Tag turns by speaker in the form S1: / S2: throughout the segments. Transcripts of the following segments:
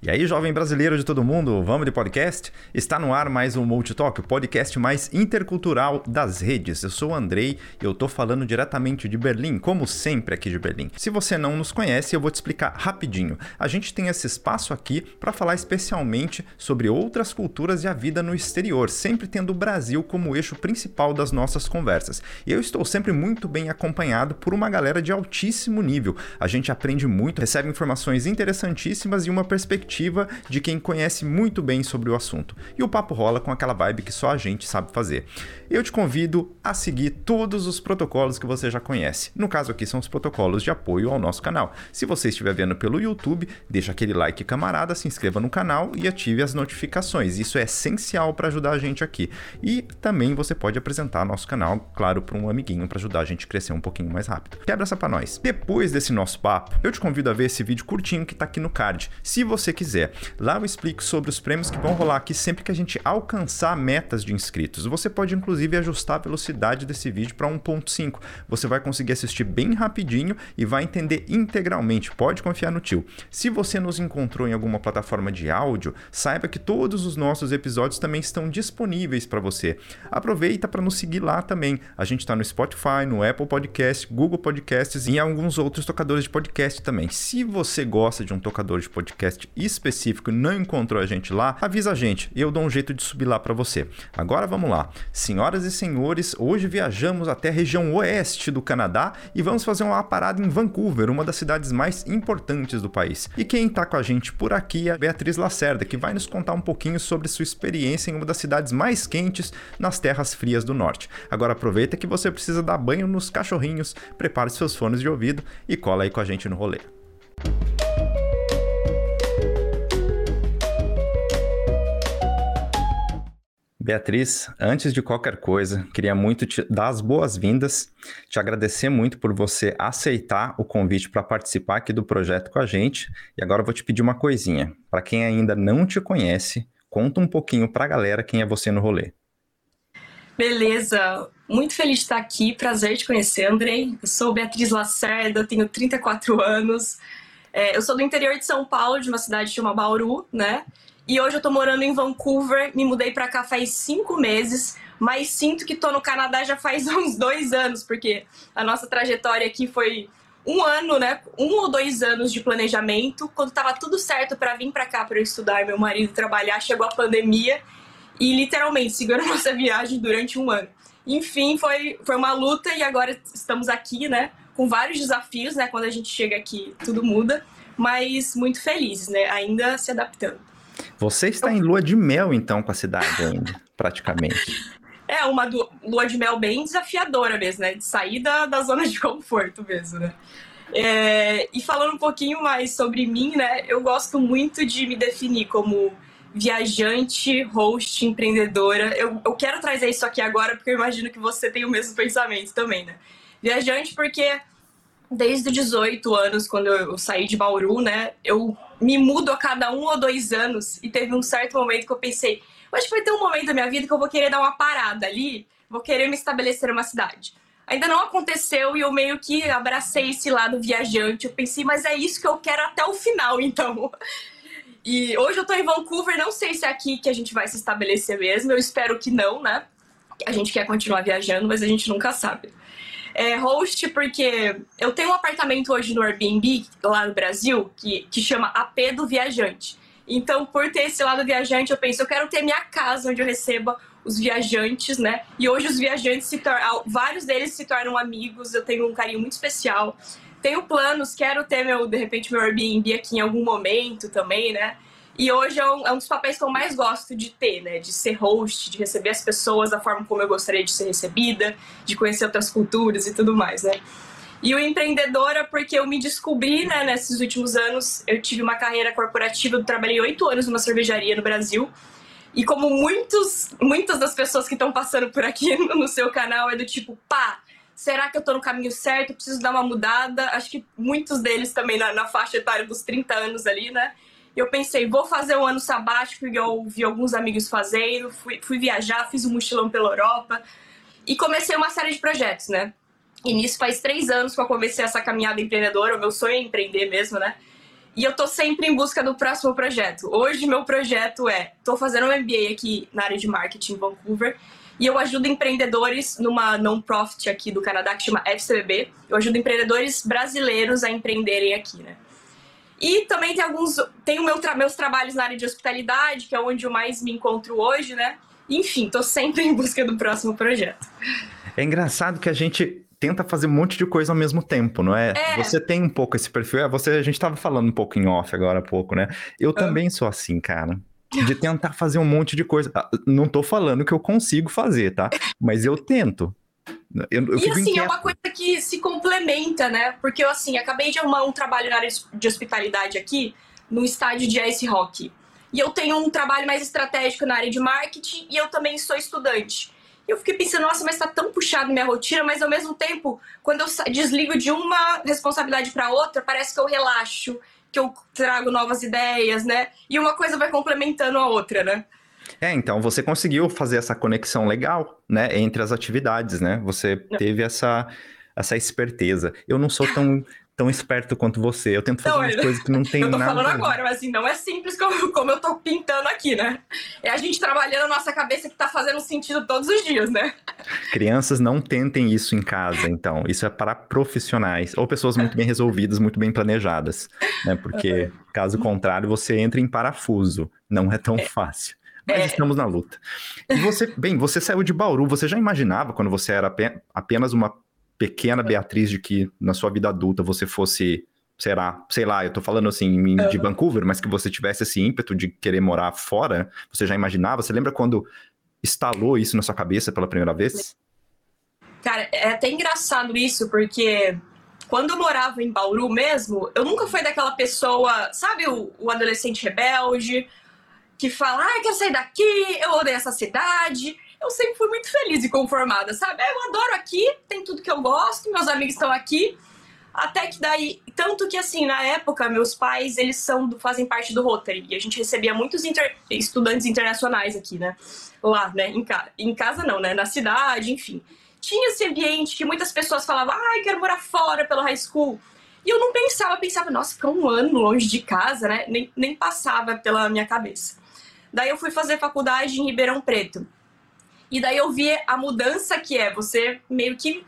S1: E aí, jovem brasileiro de todo mundo, vamos de podcast? Está no ar mais um Multitalk, o podcast mais intercultural das redes. Eu sou o Andrei e eu tô falando diretamente de Berlim, como sempre aqui de Berlim. Se você não nos conhece, eu vou te explicar rapidinho. A gente tem esse espaço aqui para falar especialmente sobre outras culturas e a vida no exterior, sempre tendo o Brasil como eixo principal das nossas conversas. E eu estou sempre muito bem acompanhado por uma galera de altíssimo nível. A gente aprende muito, recebe informações interessantíssimas e uma perspectiva de quem conhece muito bem sobre o assunto. E o papo rola com aquela vibe que só a gente sabe fazer. Eu te convido a seguir todos os protocolos que você já conhece. No caso aqui são os protocolos de apoio ao nosso canal. Se você estiver vendo pelo YouTube, deixa aquele like camarada, se inscreva no canal e ative as notificações. Isso é essencial para ajudar a gente aqui. E também você pode apresentar nosso canal, claro, para um amiguinho para ajudar a gente a crescer um pouquinho mais rápido. Quebra essa pra nós. Depois desse nosso papo, eu te convido a ver esse vídeo curtinho que tá aqui no card. Se você quiser. Lá eu explico sobre os prêmios que vão rolar aqui sempre que a gente alcançar metas de inscritos. Você pode inclusive ajustar a velocidade desse vídeo para 1.5. Você vai conseguir assistir bem rapidinho e vai entender integralmente. Pode confiar no tio. Se você nos encontrou em alguma plataforma de áudio, saiba que todos os nossos episódios também estão disponíveis para você. Aproveita para nos seguir lá também. A gente está no Spotify, no Apple Podcast, Google Podcasts e em alguns outros tocadores de podcast também. Se você gosta de um tocador de podcast específico e não encontrou a gente lá, avisa a gente e eu dou um jeito de subir lá para você. Agora vamos lá. Senhoras e senhores, hoje viajamos até a região oeste do Canadá e vamos fazer uma parada em Vancouver, uma das cidades mais importantes do país. E quem está com a gente por aqui é a Beatriz Lacerda, que vai nos contar um pouquinho sobre sua experiência em uma das cidades mais quentes nas terras frias do norte. Agora aproveita que você precisa dar banho nos cachorrinhos, prepare seus fones de ouvido e cola aí com a gente no rolê. Beatriz, antes de qualquer coisa, queria muito te dar as boas-vindas, te agradecer muito por você aceitar o convite para participar aqui do projeto com a gente. E agora eu vou te pedir uma coisinha. Para quem ainda não te conhece, conta um pouquinho para a galera quem é você no rolê.
S2: Beleza, muito feliz de estar aqui, prazer te conhecer, Andrei. Eu sou Beatriz Lacerda, tenho 34 anos. Eu sou do interior de São Paulo, de uma cidade chamada Bauru, né? E hoje eu tô morando em Vancouver, me mudei pra cá faz 5 meses, mas sinto que tô no Canadá já faz uns 2 anos, porque a nossa trajetória aqui foi 1 ano, né? 1 ou 2 anos de planejamento. Quando tava tudo certo pra vir pra cá pra eu estudar e meu marido trabalhar, chegou a pandemia e literalmente segurou a nossa viagem durante 1 ano. Enfim, foi uma luta e agora estamos aqui, né? Com vários desafios, né? Quando a gente chega aqui, tudo muda, mas muito felizes, né? Ainda se adaptando.
S1: Você está em lua de mel, então, com a cidade ainda, praticamente.
S2: É uma lua de mel bem desafiadora mesmo, né? De sair da zona de conforto mesmo, né? E falando um pouquinho mais sobre mim, né? Eu gosto muito de me definir como viajante, host, empreendedora. Eu quero trazer isso aqui agora porque eu imagino que você tem o mesmo pensamento também, né? Viajante porque desde os 18 anos, quando eu saí de Bauru, né? Eu me mudo a cada 1 ou 2 anos e teve um certo momento que eu pensei, eu acho que vai ter um momento da minha vida que eu vou querer dar uma parada ali, vou querer me estabelecer numa cidade. Ainda não aconteceu e eu meio que abracei esse lado viajante. Eu pensei, mas é isso que eu quero até o final, então. E hoje eu tô em Vancouver, não sei se é aqui que a gente vai se estabelecer mesmo, eu espero que não, né? A gente quer continuar viajando, mas a gente nunca sabe. Host porque eu tenho um apartamento hoje no Airbnb, lá no Brasil, que chama AP do Viajante. Então, por ter esse lado viajante, eu penso, eu quero ter minha casa onde eu receba os viajantes, né? E hoje os viajantes vários deles se tornam amigos, eu tenho um carinho muito especial. Tenho planos, quero ter, de repente, meu Airbnb aqui em algum momento também, né? E hoje é um dos papéis que eu mais gosto de ter, né? De ser host, de receber as pessoas da forma como eu gostaria de ser recebida, de conhecer outras culturas e tudo mais, né? E o empreendedora, porque eu me descobri, né? Nesses últimos anos, eu tive uma corporativa, eu trabalhei 8 anos numa cervejaria no Brasil. E como muitas das pessoas que estão passando por aqui no seu canal é do tipo, pá, será que eu tô no caminho certo? Eu preciso dar uma mudada. Acho que muitos deles também na faixa etária dos 30 anos ali, né? Eu pensei, vou fazer um ano sabático, e eu vi alguns amigos fazendo, fui viajar, fiz um mochilão pela Europa e comecei uma série de projetos, né? E nisso faz 3 anos que eu comecei essa caminhada empreendedora, o meu sonho é empreender mesmo, né? E eu tô sempre em busca do próximo projeto. Hoje, meu projeto tô fazendo um MBA aqui na área de marketing em Vancouver, e eu ajudo empreendedores numa non-profit aqui do Canadá, que chama FCBB. Eu ajudo empreendedores brasileiros a empreenderem aqui, né? E também tem meus trabalhos na área de hospitalidade, que é onde eu mais me encontro hoje, né? Enfim, tô sempre em busca do próximo projeto.
S1: É engraçado que a gente tenta fazer um monte de coisa ao mesmo tempo, não é? Você tem um pouco esse perfil, a gente tava falando um pouco em off agora há pouco, né? Eu também sou assim, cara. De tentar fazer um monte de coisa. Não tô falando que eu consigo fazer, tá? Mas eu tento. Eu
S2: e assim,
S1: inquieto.
S2: É uma coisa que se complementa, né? Porque eu, assim, acabei de arrumar um trabalho na área de hospitalidade aqui, no estádio de ice hockey. E eu tenho um trabalho mais estratégico na área de marketing e eu também sou estudante. E eu fiquei pensando, nossa, mas tá tão puxado minha rotina, mas ao mesmo tempo, quando eu desligo de uma responsabilidade para outra, parece que eu relaxo, que eu trago novas ideias, né? E uma coisa vai complementando a outra, né?
S1: Então você conseguiu fazer essa conexão legal, né, entre as atividades, né? Você teve essa esperteza. Eu não sou tão esperto quanto você. Eu tento fazer umas coisas que não tem nada.
S2: Eu tô falando agora, mas assim, não é simples como eu tô pintando aqui, né? É a gente trabalhando a nossa cabeça que tá fazendo sentido todos os dias, né?
S1: Crianças, não tentem isso em casa, então. Isso é para profissionais ou pessoas muito bem resolvidas, muito bem planejadas, né? Porque, caso contrário, você entra em parafuso. Não é tão fácil. Mas estamos na luta. E você saiu de Bauru, você já imaginava quando você era apenas uma pequena Beatriz de que na sua vida adulta você fosse, sei lá, eu tô falando assim de Vancouver, mas que você tivesse esse ímpeto de querer morar fora? Você já imaginava? Você lembra quando instalou isso na sua cabeça pela primeira vez?
S2: Cara, é até engraçado isso, porque quando eu morava em Bauru mesmo, eu nunca fui daquela pessoa, sabe, o adolescente rebelde, que fala, quero sair daqui, eu odeio essa cidade. Eu sempre fui muito feliz e conformada, sabe? Eu adoro aqui, tem tudo que eu gosto, meus amigos estão aqui. Até que daí, tanto que assim, na época, meus pais, eles fazem parte do Rotary. E a gente recebia muitos estudantes internacionais aqui, né? Lá, né? Em casa não, né? Na cidade, enfim. Tinha esse ambiente que muitas pessoas falavam, quero morar fora pelo high school. E eu não pensava, nossa, ficar um ano longe de casa, né? Nem passava pela minha cabeça. Daí eu fui fazer faculdade em Ribeirão Preto. E daí eu vi a mudança que é você meio que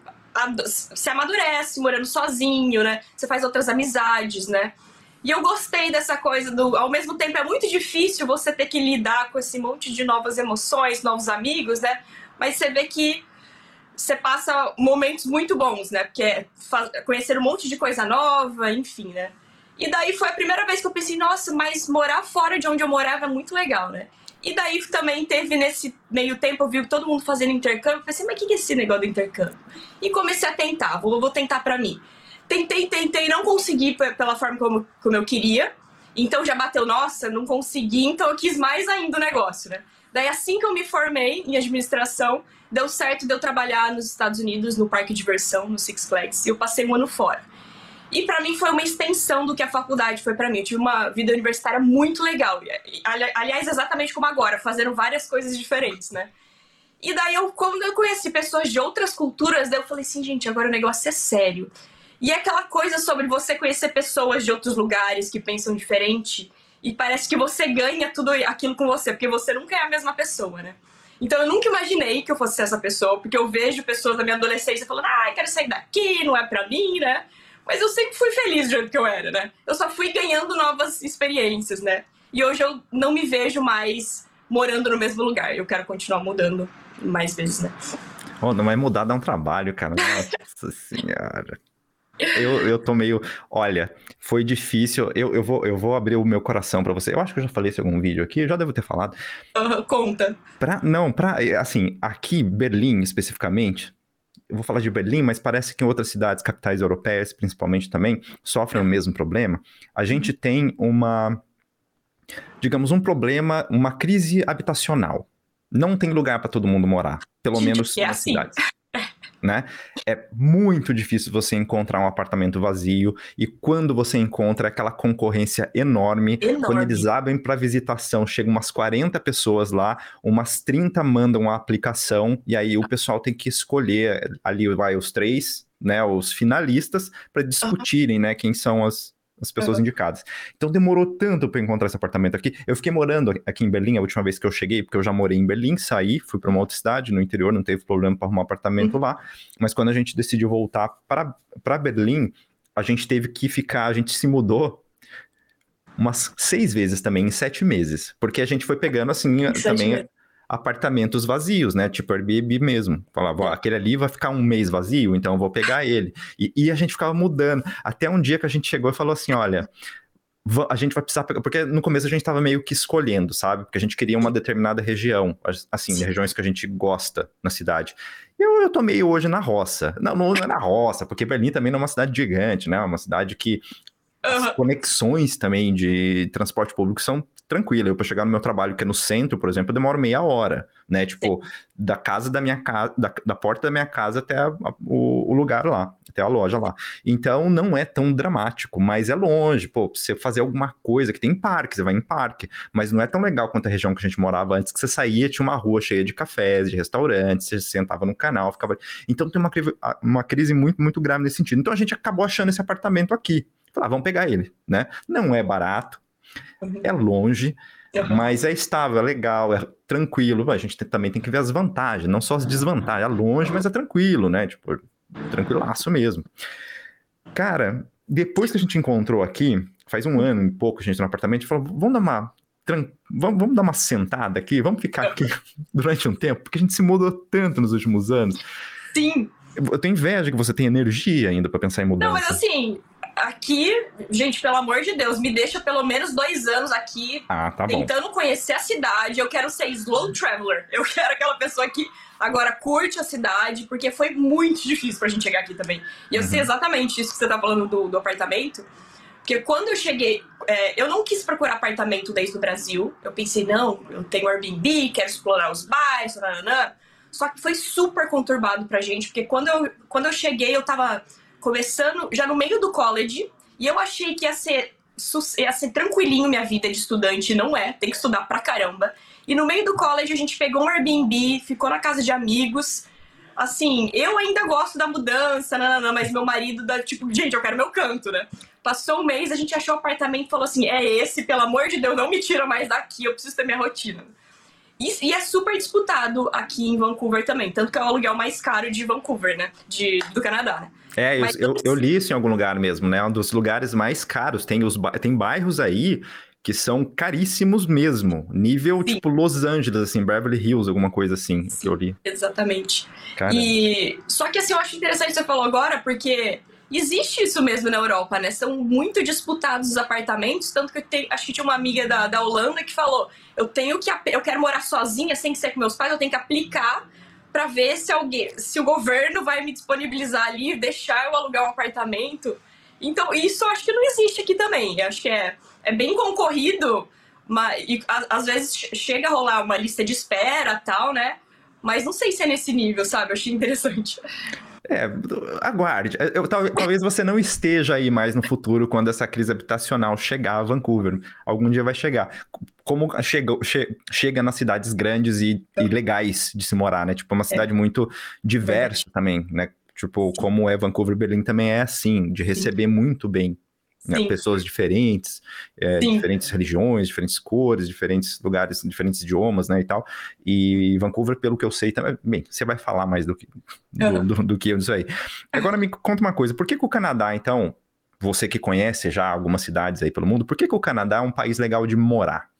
S2: se amadurece morando sozinho, né? Você faz outras amizades, né? E eu gostei dessa coisa ao mesmo tempo é muito difícil você ter que lidar com esse monte de novas emoções, novos amigos, né? Mas você vê que você passa momentos muito bons, né? Porque é conhecer um monte de coisa nova, enfim, né? E daí foi a primeira vez que eu pensei, nossa, mas morar fora de onde eu morava é muito legal, né? E daí também teve nesse meio tempo, eu vi todo mundo fazendo intercâmbio, pensei, mas o que é esse negócio do intercâmbio? E comecei a tentar, vou tentar pra mim. Tentei, não consegui pela forma como eu queria, então já bateu, nossa, não consegui, então eu quis mais ainda o negócio, né? Daí assim que eu me formei em administração, deu certo de eu trabalhar nos Estados Unidos, no parque de diversão, no Six Flags, e eu passei um ano fora. E pra mim foi uma extensão do que a faculdade foi pra mim. Eu tive uma vida universitária muito legal. Aliás, exatamente como agora, fazendo várias coisas diferentes, né? E daí, quando eu conheci pessoas de outras culturas, daí eu falei assim, gente, agora o negócio é sério. E é aquela coisa sobre você conhecer pessoas de outros lugares que pensam diferente e parece que você ganha tudo aquilo com você, porque você nunca é a mesma pessoa, né? Então eu nunca imaginei que eu fosse essa pessoa, porque eu vejo pessoas da minha adolescência falando, quero sair daqui, não é pra mim, né? Mas eu sempre fui feliz do jeito que eu era, né? Eu só fui ganhando novas experiências, né? E hoje eu não me vejo mais morando no mesmo lugar. Eu quero continuar mudando mais vezes, né?
S1: Não vai mudar, dá um trabalho, cara. Nossa senhora. Eu tô meio... Olha, foi difícil. Eu vou abrir o meu coração pra você. Eu acho que eu já falei isso em algum vídeo aqui. Eu já devo ter falado.
S2: Conta.
S1: Assim, aqui, Berlim, especificamente... Eu vou falar de Berlim, mas parece que em outras cidades, capitais europeias, principalmente também, sofrem o mesmo problema. A gente tem um problema, uma crise habitacional. Não tem lugar para todo mundo morar, pelo menos nas cidades. Né? É muito difícil você encontrar um apartamento vazio e quando você encontra aquela concorrência enorme. Quando eles abrem para visitação, chegam umas 40 pessoas lá, umas 30 mandam a aplicação e aí o pessoal tem que escolher, ali vai os 3, né, os finalistas para discutirem, né, quem são as pessoas indicadas. Então demorou tanto para encontrar esse apartamento aqui. Eu fiquei morando aqui em Berlim a última vez que eu cheguei, porque eu já morei em Berlim, saí, fui para uma outra cidade no interior, não teve problema para arrumar apartamento lá. Mas quando a gente decidiu voltar para Berlim, a gente teve que ficar, a gente se mudou umas 6 vezes também, em 7 meses. Porque a gente foi pegando, assim, também apartamentos vazios, né? Tipo Airbnb mesmo. Falava, ó, aquele ali vai ficar um mês vazio, então eu vou pegar ele. E a gente ficava mudando. Até um dia que a gente chegou e falou assim, olha, a gente vai precisar pegar... Porque no começo a gente tava meio que escolhendo, sabe? Porque a gente queria uma determinada região, assim, regiões que a gente gosta na cidade. Eu tô meio hoje na roça. Não é na roça, porque Berlim também não é uma cidade gigante, né? É uma cidade que as conexões também de transporte público são tranquilas. Eu, para chegar no meu trabalho, que é no centro, por exemplo, eu demoro meia hora, né? Tipo, da casa da minha casa, da porta da minha casa até o lugar lá, até a loja lá. Então, não é tão dramático, mas é longe. Pô, você fazer alguma coisa que tem parque, você vai em parque, mas não é tão legal quanto a região que a gente morava antes, que você saía, tinha uma rua cheia de cafés, de restaurantes, você sentava no canal, ficava... Então, tem uma crise muito, muito grave nesse sentido. Então, a gente acabou achando esse apartamento aqui. Falar, vamos pegar ele, né? Não é barato, é longe, mas é estável, é legal, é tranquilo. A gente também tem que ver as vantagens, não só as desvantagens. É longe, mas é tranquilo, né? Tipo, tranquilaço mesmo. Cara, depois que a gente encontrou aqui, faz 1 ano e pouco a gente no apartamento, a gente falou, vamos dar uma sentada aqui, vamos ficar aqui durante um tempo, porque a gente se mudou tanto nos últimos anos.
S2: Sim.
S1: Eu tenho inveja que você tem energia ainda para pensar em mudança.
S2: Não, mas assim... Aqui, gente, pelo amor de Deus, me deixa pelo menos 2 anos aqui tentando conhecer a cidade. Eu quero ser slow traveler. Eu quero aquela pessoa que agora curte a cidade, porque foi muito difícil pra gente chegar aqui também. E eu sei exatamente isso que você tá falando do apartamento. Porque quando eu cheguei, eu não quis procurar apartamento desde o Brasil. Eu pensei, não, eu tenho Airbnb, quero explorar os bairros, nananã. Só que foi super conturbado pra gente, porque quando eu cheguei, eu tava... começando já no meio do college, e eu achei que ia ser tranquilinho minha vida de estudante, não é, tem que estudar pra caramba. E no meio do college a gente pegou um Airbnb, ficou na casa de amigos. Assim, eu ainda gosto da mudança, mas meu marido tipo, gente, eu quero meu canto, né? Passou 1 mês, a gente achou um apartamento e falou assim, é esse, pelo amor de Deus, não me tira mais daqui, eu preciso ter minha rotina. E é super disputado aqui em Vancouver também, tanto que é o aluguel mais caro de Vancouver, né? Do Canadá, né?
S1: Eu li isso em algum lugar mesmo, né? Um dos lugares mais caros. Tem bairros aí que são caríssimos mesmo. Nível, tipo, Los Angeles, assim, Beverly Hills, alguma coisa assim, que eu li.
S2: Exatamente. Só que, assim, eu acho interessante o que você falou agora, porque existe isso mesmo na Europa, né? São muito disputados os apartamentos, tanto que acho que tinha uma amiga da Holanda que falou, eu quero morar sozinha, sem ser com meus pais, eu tenho que aplicar para ver se o governo vai me disponibilizar ali, deixar eu alugar um apartamento. Então, isso eu acho que não existe aqui também. Eu acho que é bem concorrido, e às vezes chega a rolar uma lista de espera e tal, né? Mas não sei se é nesse nível, sabe? Eu achei interessante.
S1: Aguarde. Talvez você não esteja aí mais no futuro quando essa crise habitacional chegar a Vancouver. Algum dia vai chegar. Como chega nas cidades grandes e legais de se morar, né? Tipo, uma cidade muito diversa também, né? Tipo, como é Vancouver, Berlim também é assim, de receber muito bem, né? Pessoas diferentes, diferentes religiões, diferentes cores, diferentes lugares, diferentes idiomas, né, e tal. E Vancouver, pelo que eu sei, também, bem, você vai falar mais do que eu disso aí. Agora me conta uma coisa, por que o Canadá, então, você que conhece já algumas cidades aí pelo mundo, por que o Canadá é um país legal de morar?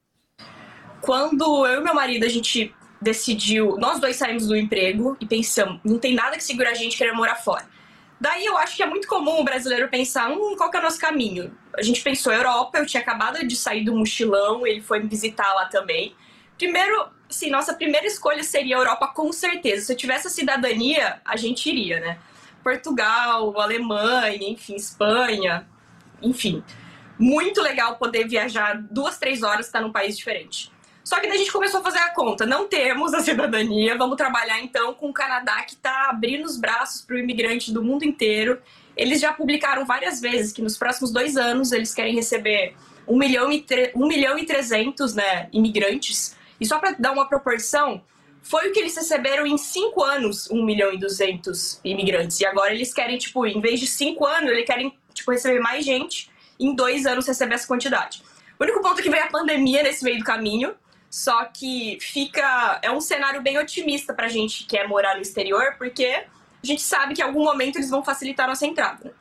S2: Quando eu e meu marido, a gente decidiu, nós dois saímos do emprego e pensamos, não tem nada que segura a gente querer morar fora. Daí eu acho que é muito comum o brasileiro pensar, qual que é o nosso caminho? A gente pensou Europa, eu tinha acabado de sair do mochilão, ele foi me visitar lá também. Primeiro, assim, nossa primeira escolha seria a Europa com certeza. Se eu tivesse a cidadania, a gente iria, né? Portugal, Alemanha, enfim, Espanha, enfim. Muito legal poder viajar 2, 3 horas e estar num país diferente. Só que daí a gente começou a fazer a conta. Não temos a cidadania, vamos trabalhar então com o Canadá, que está abrindo os braços para o imigrante do mundo inteiro. Eles já publicaram várias vezes que nos próximos 2 anos eles querem receber 1 milhão e 300, né, imigrantes. E só para dar uma proporção, foi o que eles receberam em 5 anos, 1 milhão e 200 imigrantes. E agora eles querem, tipo, em vez de 5 anos, eles querem, tipo, receber mais gente. em 2 anos receber essa quantidade. O único ponto é que veio a pandemia nesse meio do caminho, só que é um cenário bem otimista pra gente que quer morar no exterior, porque a gente sabe que em algum momento eles vão facilitar a nossa entrada, né?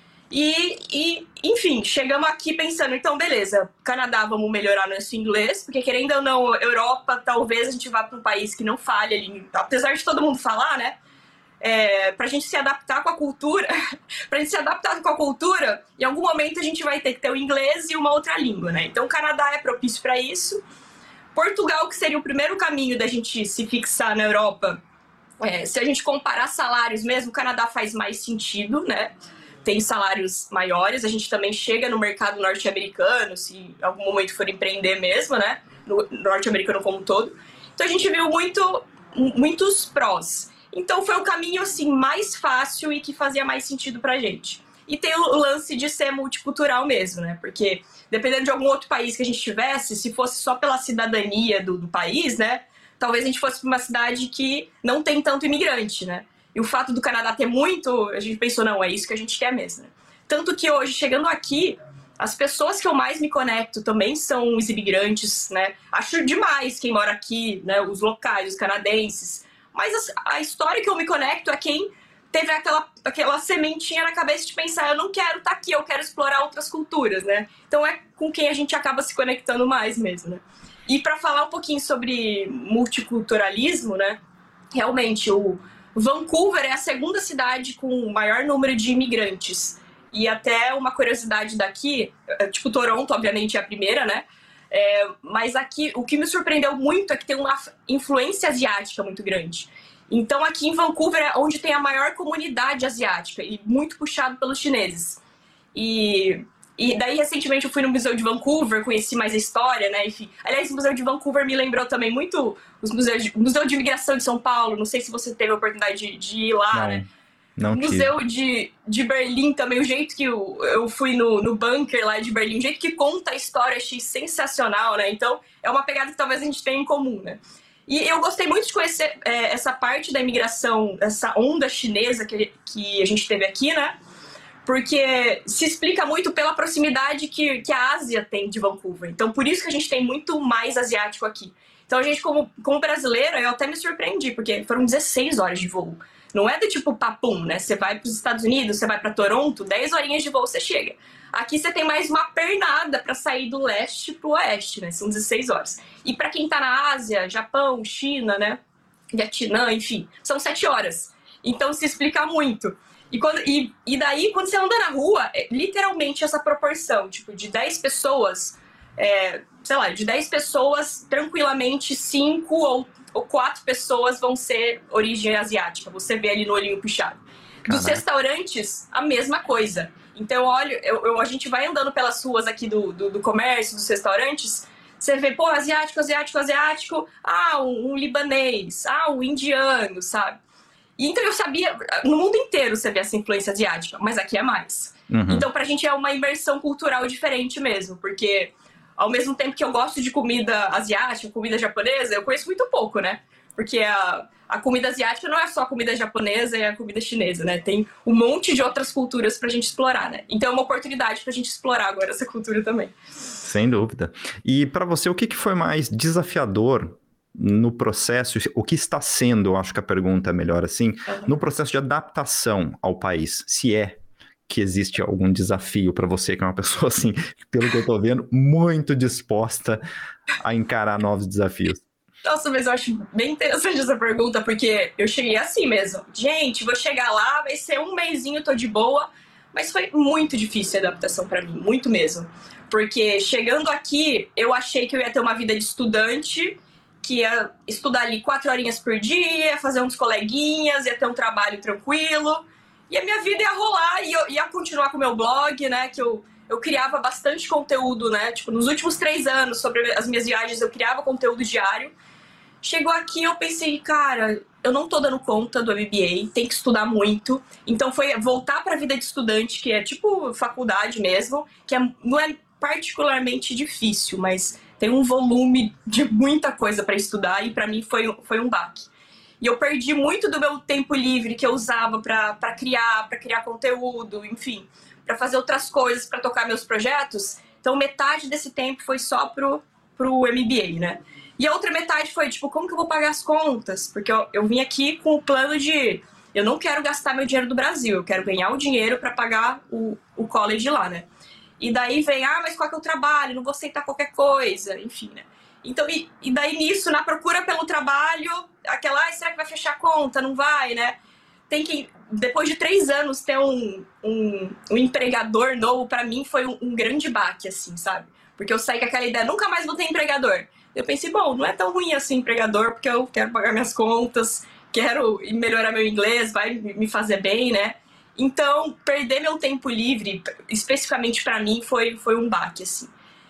S2: Enfim, chegamos aqui pensando, então, beleza, Canadá, vamos melhorar nosso inglês, porque querendo ou não, Europa, talvez a gente vá para um país que não fale a língua, apesar de todo mundo falar, né? Pra gente se adaptar com a cultura, em algum momento a gente vai ter que ter o inglês e uma outra língua, né? Então, o Canadá é propício para isso. Portugal, que seria o primeiro caminho da gente se fixar na Europa, se a gente comparar salários mesmo, o Canadá faz mais sentido, né? Tem salários maiores, a gente também chega no mercado norte-americano, se em algum momento for empreender mesmo, né? No norte-americano como um todo. Então a gente viu muitos prós. Então foi o caminho assim, mais fácil e que fazia mais sentido pra gente. E tem o lance de ser multicultural mesmo, né? Porque dependendo de algum outro país que a gente tivesse, se fosse só pela cidadania do país, né? Talvez a gente fosse para uma cidade que não tem tanto imigrante, né? E o fato do Canadá ter muito, a gente pensou, não, é isso que a gente quer mesmo, né? Tanto que hoje, chegando aqui, as pessoas que eu mais me conecto também são os imigrantes, né? Acho demais quem mora aqui, né? Os locais, os canadenses. Mas a história que eu me conecto é quem teve aquela sementinha na cabeça de pensar, eu não quero estar aqui, eu quero explorar outras culturas, né? Então é com quem a gente acaba se conectando mais mesmo, né? E para falar um pouquinho sobre multiculturalismo, né? Realmente, o Vancouver é a segunda cidade com o maior número de imigrantes. E até uma curiosidade daqui, tipo Toronto, obviamente, é a primeira, né? Mas aqui, o que me surpreendeu muito é que tem uma influência asiática muito grande. Então, aqui em Vancouver é onde tem a maior comunidade asiática, e muito puxado pelos chineses. E daí, recentemente, eu fui no Museu de Vancouver, conheci mais a história, né? Enfim, aliás, o Museu de Vancouver me lembrou também muito o Museu de Imigração de São Paulo. Não sei se você teve a oportunidade de ir lá, né?
S1: Não
S2: o Museu de Berlim também, o jeito que eu fui no bunker lá de Berlim, o jeito que conta a história, achei sensacional, né? Então, é uma pegada que talvez a gente tenha em comum, né? E eu gostei muito de conhecer essa parte da imigração, essa onda chinesa que a gente teve aqui, né? Porque se explica muito pela proximidade que a Ásia tem de Vancouver. Então, por isso que a gente tem muito mais asiático aqui. Então, a gente, como brasileira, eu até me surpreendi, porque foram 16 horas de voo. Não é do tipo papum, né? Você vai para os Estados Unidos, você vai para Toronto, 10 horinhas de voo você chega. Aqui você tem mais uma pernada para sair do leste para o oeste, né? São 16 horas. E para quem está na Ásia, Japão, China, né? Vietnã, enfim, são 7 horas. Então, se explica muito. E daí, quando você anda na rua, é literalmente essa proporção, tipo, de 10 pessoas, sei lá, de 10 pessoas, tranquilamente 5 ou 4 pessoas vão ser origem asiática. Você vê ali no olhinho puxado.
S1: Caraca.
S2: Dos restaurantes, a mesma coisa. Então, olha, a gente vai andando pelas ruas aqui do comércio, dos restaurantes, você vê, pô, asiático, um libanês, um indiano, sabe? E então eu sabia, no mundo inteiro você vê essa influência asiática, mas aqui é mais.
S1: Uhum.
S2: Então pra gente é uma imersão cultural diferente mesmo, porque ao mesmo tempo que eu gosto de comida asiática, comida japonesa, eu conheço muito pouco, né? Porque a comida asiática não é só a comida japonesa e a comida chinesa, né? Tem um monte de outras culturas pra gente explorar, né? Então é uma oportunidade pra gente explorar agora essa cultura também.
S1: Sem dúvida. E pra você, o que foi mais desafiador no processo, o que está sendo, eu acho que a pergunta é melhor assim, no processo de adaptação ao país, se é que existe algum desafio para você, que é uma pessoa assim, pelo que eu tô vendo, muito disposta a encarar novos desafios?
S2: Nossa, mas eu acho bem interessante essa pergunta, porque eu cheguei assim mesmo. Gente, vou chegar lá, vai ser um mesinho, tô de boa, mas foi muito difícil a adaptação para mim, muito mesmo. Porque chegando aqui, eu achei que eu ia ter uma vida de estudante, que ia estudar ali 4 horinhas por dia, fazer uns coleguinhas, ia ter um trabalho tranquilo, e a minha vida ia rolar, e eu ia continuar com o meu blog, né, que eu criava bastante conteúdo, né, tipo, nos últimos 3 anos, sobre as minhas viagens, eu criava conteúdo diário. Chegou aqui, eu pensei, cara, eu não tô dando conta do MBA, tem que estudar muito, então foi voltar pra vida de estudante, que é tipo faculdade mesmo, que não é particularmente difícil, mas tem um volume de muita coisa para estudar e para mim foi um baque. E eu perdi muito do meu tempo livre que eu usava para criar conteúdo, enfim. para fazer outras coisas, para tocar meus projetos. Então, metade desse tempo foi só pro MBA, né? E a outra metade foi, tipo, como que eu vou pagar as contas? Porque eu vim aqui com o plano de... Eu não quero gastar meu dinheiro do Brasil, eu quero ganhar o dinheiro para pagar o college lá, né? E daí vem, mas qual que é o trabalho? Não vou aceitar qualquer coisa, enfim, né? Então, e daí nisso, na procura pelo trabalho, aquela, será que vai fechar a conta? Não vai, né? Tem que, depois de 3 anos, ter um empregador novo, pra mim, foi um grande baque, assim, sabe? Porque eu saí com aquela ideia, nunca mais vou ter empregador. Eu pensei, bom, não é tão ruim assim empregador, porque eu quero pagar minhas contas, quero melhorar meu inglês, vai me fazer bem, né? Então, perder meu tempo livre, especificamente pra mim, foi um baque, assim.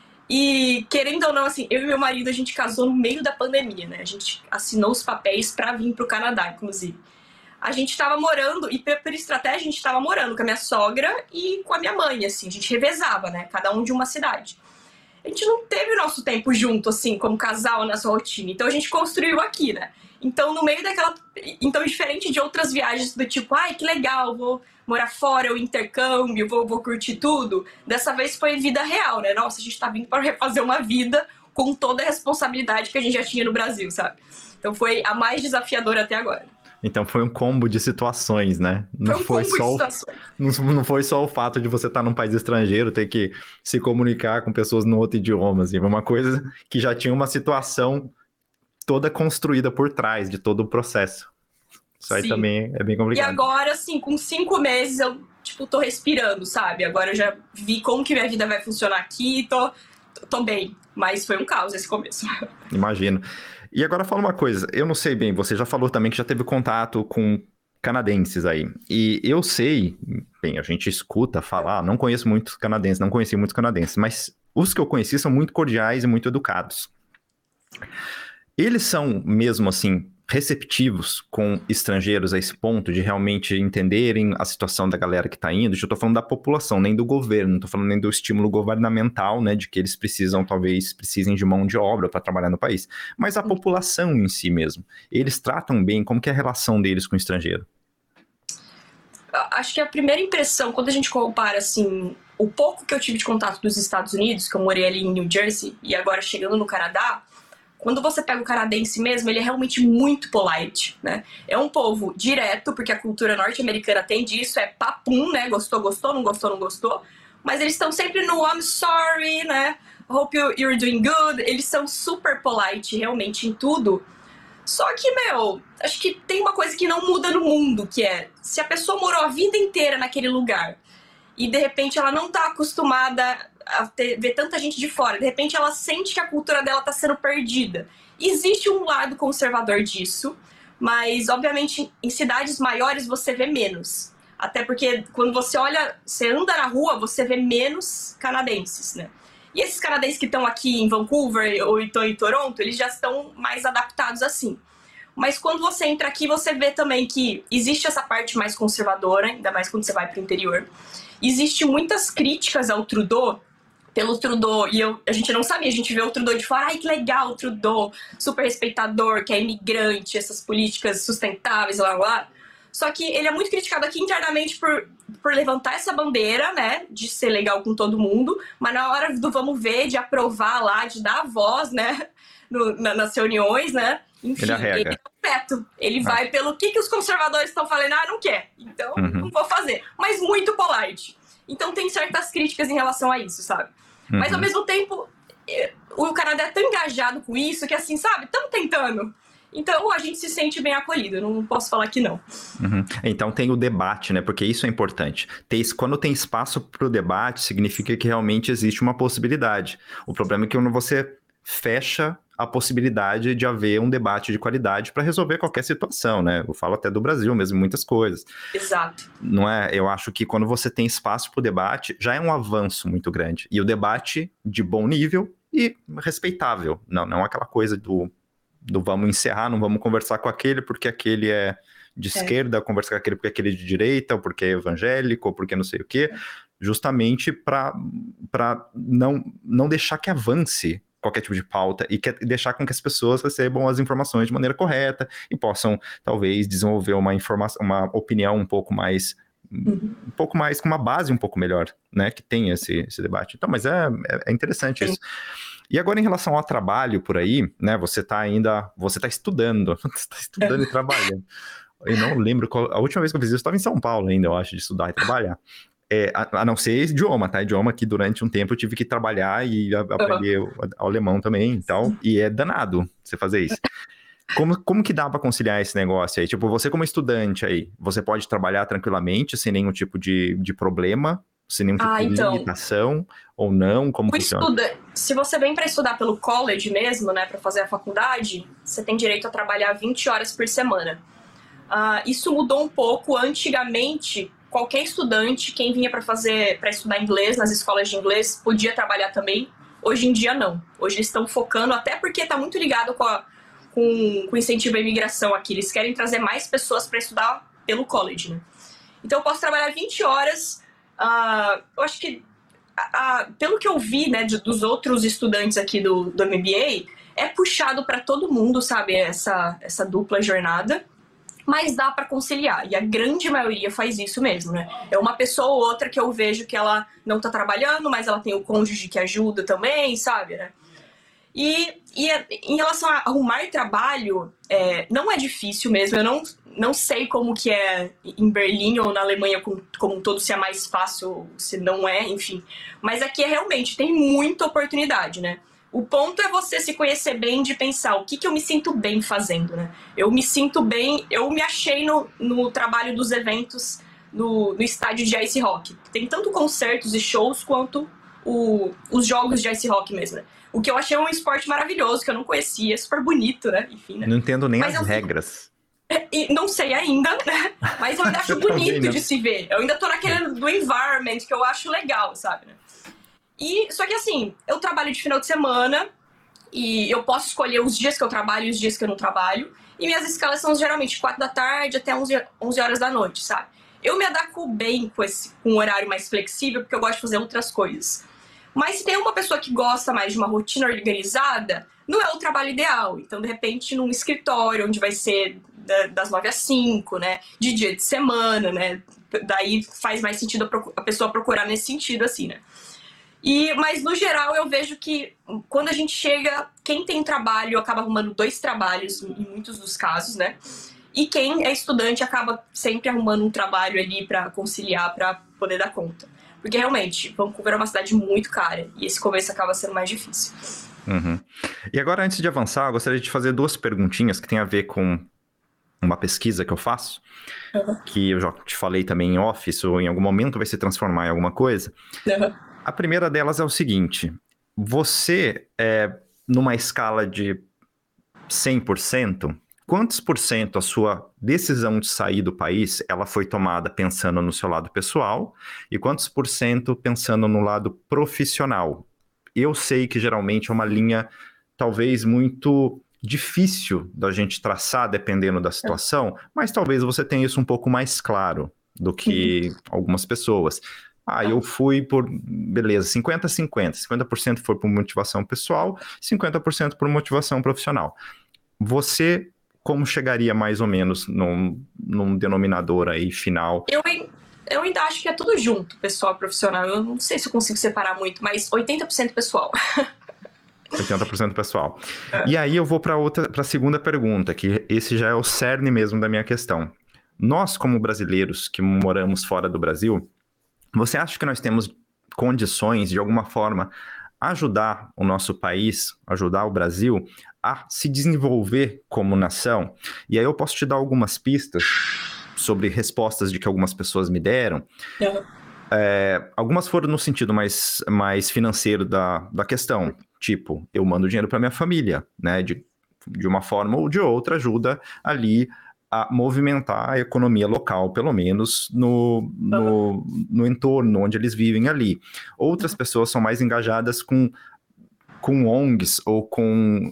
S2: E, querendo ou não, assim, eu e meu marido, a gente casou no meio da pandemia, né? A gente assinou os papéis pra vir pro Canadá, inclusive. A gente tava morando, e por estratégia, a gente tava morando com a minha sogra e com a minha mãe, assim. A gente revezava, né? Cada um de uma cidade. A gente não teve o nosso tempo junto, assim, como casal, nessa rotina. Então, a gente construiu aqui, né? Então, no meio daquela... Então, diferente de outras viagens do tipo, que legal, vou morar fora, eu intercâmbio, vou curtir tudo. Dessa vez foi vida real, né? Nossa, a gente tá vindo para refazer uma vida com toda a responsabilidade que a gente já tinha no Brasil, sabe? Então, foi a mais desafiadora até agora.
S1: Então foi um combo de situações, né? Não foi só o fato de você estar num país estrangeiro, ter que se comunicar com pessoas no outro idioma, assim, foi uma coisa que já tinha uma situação toda construída por trás de todo o processo. Isso aí também é bem complicado.
S2: E agora, assim, com 5 meses eu, tipo, tô respirando, sabe? Agora eu já vi como que minha vida vai funcionar aqui, tô bem. Mas foi um caos esse começo.
S1: Imagino. E agora fala uma coisa, eu não sei bem, você já falou também que já teve contato com canadenses aí. E eu sei, bem, a gente escuta falar, não conheço muitos canadenses, não conheci muitos canadenses, mas os que eu conheci são muito cordiais e muito educados. Eles são mesmo assim receptivos com estrangeiros a esse ponto de realmente entenderem a situação da galera que está indo? Eu estou falando da população, nem do governo, não estou falando nem do estímulo governamental, né, de que eles precisem de mão de obra para trabalhar no país, mas a população em si mesmo. Eles tratam bem, como que é a relação deles com o estrangeiro?
S2: Acho que a primeira impressão, quando a gente compara, assim, o pouco que eu tive de contato dos Estados Unidos, que eu morei ali em New Jersey, e agora chegando no Canadá, quando você pega o canadense mesmo, ele é realmente muito polite, né? É um povo direto, porque a cultura norte-americana tem disso, é papum, né? Gostou, gostou, não gostou, não gostou. Mas eles estão sempre no I'm sorry, né? Hope you're doing good. Eles são super polite, realmente, em tudo. Só que, acho que tem uma coisa que não muda no mundo, que é, se a pessoa morou a vida inteira naquele lugar e, de repente, ela não tá acostumada a ver tanta gente de fora, de repente ela sente que a cultura dela tá sendo perdida. Existe um lado conservador disso, mas, obviamente, em cidades maiores você vê menos. Até porque, quando você anda na rua, você vê menos canadenses, né? E esses canadenses que estão aqui em Vancouver ou estão em Toronto, eles já estão mais adaptados assim. Mas quando você entra aqui, você vê também que existe essa parte mais conservadora, ainda mais quando você vai para o interior. Existe muitas críticas ao Trudeau, pelo Trudeau, e a gente não sabia, a gente vê o Trudeau de fora, que legal o Trudeau, super respeitador, que é imigrante, essas políticas sustentáveis, lá. Só que ele é muito criticado aqui internamente por levantar essa bandeira, né, de ser legal com todo mundo, mas na hora do vamos ver, de aprovar lá, de dar a voz, né, nas reuniões, né, enfim, ele é veto. Ele vai pelo que os conservadores estão falando, não quer, então não vou fazer, mas muito polite. Então tem certas críticas em relação a isso, sabe? Mas ao mesmo tempo, o Canadá é tão engajado com isso que assim, sabe, estamos tentando. Então a gente se sente bem acolhido, não posso falar que não.
S1: Então tem o debate, né? Porque isso é importante. Quando tem espaço para o debate, significa que realmente existe uma possibilidade. O problema é que quando você fecha a possibilidade de haver um debate de qualidade para resolver qualquer situação, né? Eu falo até do Brasil mesmo, muitas coisas.
S2: Exato.
S1: Não é? Eu acho que quando você tem espaço para o debate, já é um avanço muito grande. E o debate de bom nível e respeitável. Não aquela coisa do vamos encerrar, não vamos conversar com aquele porque aquele é de esquerda, conversar com aquele porque aquele é de direita, ou porque é evangélico, ou porque não sei o quê. Justamente para não deixar que avance qualquer tipo de pauta e deixar com que as pessoas recebam as informações de maneira correta e possam, talvez, desenvolver uma opinião um pouco mais um pouco mais, com uma base um pouco melhor, né? Que tem esse debate. Então, mas é interessante isso. E agora, em relação ao trabalho por aí, né? Você está estudando. Você está estudando e trabalhando. Eu não lembro a última vez que eu fiz isso, eu estava em São Paulo ainda, eu acho, de estudar e trabalhar. A não ser idioma, tá? Idioma que durante um tempo eu tive que trabalhar e aprender o alemão também e tal. E é danado você fazer isso. Como que dá para conciliar esse negócio aí? Tipo, você como estudante aí, você pode trabalhar tranquilamente, sem nenhum tipo de problema, sem nenhum tipo de limitação, ou não? Como funciona?
S2: Se você vem para estudar pelo college mesmo, né, para fazer a faculdade, você tem direito a trabalhar 20 horas por semana. Isso mudou um pouco. Antigamente, qualquer estudante, quem vinha para estudar inglês nas escolas de inglês, podia trabalhar também. Hoje em dia, não. Hoje eles estão focando, até porque está muito ligado com o incentivo à imigração aqui. Eles querem trazer mais pessoas para estudar pelo college, né? Então, eu posso trabalhar 20 horas. Eu acho que, pelo que eu vi, né, dos outros estudantes aqui do MBA, é puxado para todo mundo, sabe, essa dupla jornada. Mas dá para conciliar, e a grande maioria faz isso mesmo, né? É uma pessoa ou outra que eu vejo que ela não tá trabalhando, mas ela tem o cônjuge que ajuda também, sabe, né? E em relação a arrumar trabalho, não é difícil mesmo. Eu não sei como que é em Berlim ou na Alemanha como um todo, se é mais fácil, se não é, enfim. Mas aqui realmente tem muita oportunidade, né? O ponto é você se conhecer bem, de pensar o que eu me sinto bem fazendo, né? Eu me sinto bem, eu me achei no trabalho dos eventos no estádio de ice hockey. Tem tanto concertos e shows quanto os jogos de ice hockey mesmo, né? O que eu achei um esporte maravilhoso, que eu não conhecia, super bonito, né? Enfim, né?
S1: Não entendo nem as regras.
S2: Não sei ainda, né? Mas eu ainda acho bonito de se ver. Eu ainda tô naquele do environment, que eu acho legal, sabe, né? Só que assim, eu trabalho de final de semana e eu posso escolher os dias que eu trabalho e os dias que eu não trabalho. E minhas escalas são geralmente 4 da tarde até 11 horas da noite, sabe? Eu me adequo bem com um horário mais flexível, porque eu gosto de fazer outras coisas. Mas se tem uma pessoa que gosta mais de uma rotina organizada, não é o trabalho ideal. Então, de repente, num escritório, onde vai ser das 9 às 5, né? De dia de semana, né? Daí faz mais sentido a pessoa procurar nesse sentido, assim, né? Mas, no geral, eu vejo que quando a gente chega, quem tem trabalho acaba arrumando 2 trabalhos, em muitos dos casos, né? E quem é estudante acaba sempre arrumando um trabalho ali para conciliar, para poder dar conta. Porque, realmente, Vancouver é uma cidade muito cara e esse começo acaba sendo mais difícil.
S1: Uhum. E agora, antes de avançar, eu gostaria de fazer 2 perguntinhas que tem a ver com uma pesquisa que eu faço, que eu já te falei também em off, isso em algum momento vai se transformar em alguma coisa. A primeira delas é o seguinte: você, numa escala de 100%, quantos por cento a sua decisão de sair do país, ela foi tomada pensando no seu lado pessoal e quantos por cento pensando no lado profissional? Eu sei que geralmente é uma linha talvez muito difícil da gente traçar dependendo da situação, mas talvez você tenha isso um pouco mais claro do que algumas pessoas. Eu fui beleza, 50-50. 50% foi por motivação pessoal, 50% por motivação profissional. Você, como chegaria mais ou menos num denominador aí final?
S2: Eu ainda acho que é tudo junto, pessoal profissional. Eu não sei se eu consigo separar muito, mas 80% pessoal.
S1: 80% pessoal. E aí eu vou para a segunda pergunta, que esse já é o cerne mesmo da minha questão. Nós, como brasileiros que moramos fora do Brasil, você acha que nós temos condições, de alguma forma, ajudar o nosso país, ajudar o Brasil a se desenvolver como nação? E aí eu posso te dar algumas pistas sobre respostas de que algumas pessoas me deram. Algumas foram no sentido mais financeiro da questão. Tipo, eu mando dinheiro para minha família, né? De uma forma ou de outra, ajuda ali a movimentar a economia local, pelo menos no entorno onde eles vivem ali. Outras pessoas são mais engajadas com ONGs ou com...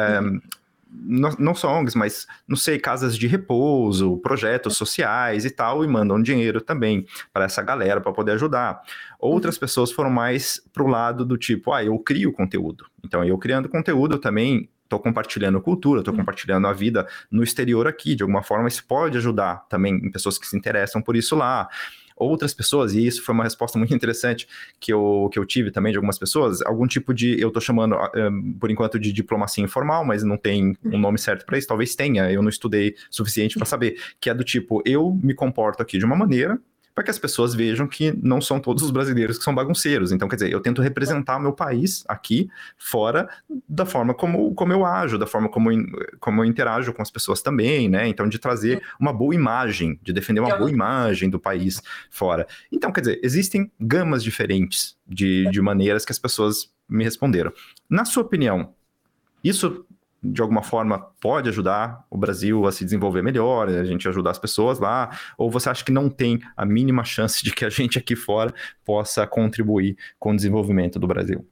S1: não só ONGs, mas, não sei, casas de repouso, projetos sociais e tal, e mandam dinheiro também para essa galera, para poder ajudar. Outras pessoas foram mais pro lado do tipo, eu crio conteúdo. Então, eu criando conteúdo também estou compartilhando cultura, estou compartilhando a vida no exterior aqui, de alguma forma isso pode ajudar também em pessoas que se interessam por isso lá. Outras pessoas, e isso foi uma resposta muito interessante que eu tive também de algumas pessoas, algum tipo de, eu estou chamando por enquanto de diplomacia informal, mas não tem um nome certo para isso, talvez tenha, eu não estudei suficiente para saber, que é do tipo, eu me comporto aqui de uma maneira para que as pessoas vejam que não são todos os brasileiros que são bagunceiros. Então, quer dizer, eu tento representar o meu país aqui, fora da forma como eu ajo, da forma como eu interajo com as pessoas também, né? Então, de trazer uma boa imagem, de defender uma boa imagem do país fora. Então, quer dizer, existem gamas diferentes de maneiras que as pessoas me responderam. Na sua opinião, isso de alguma forma pode ajudar o Brasil a se desenvolver melhor, a gente ajudar as pessoas lá, ou você acha que não tem a mínima chance de que a gente aqui fora possa contribuir com o desenvolvimento do Brasil?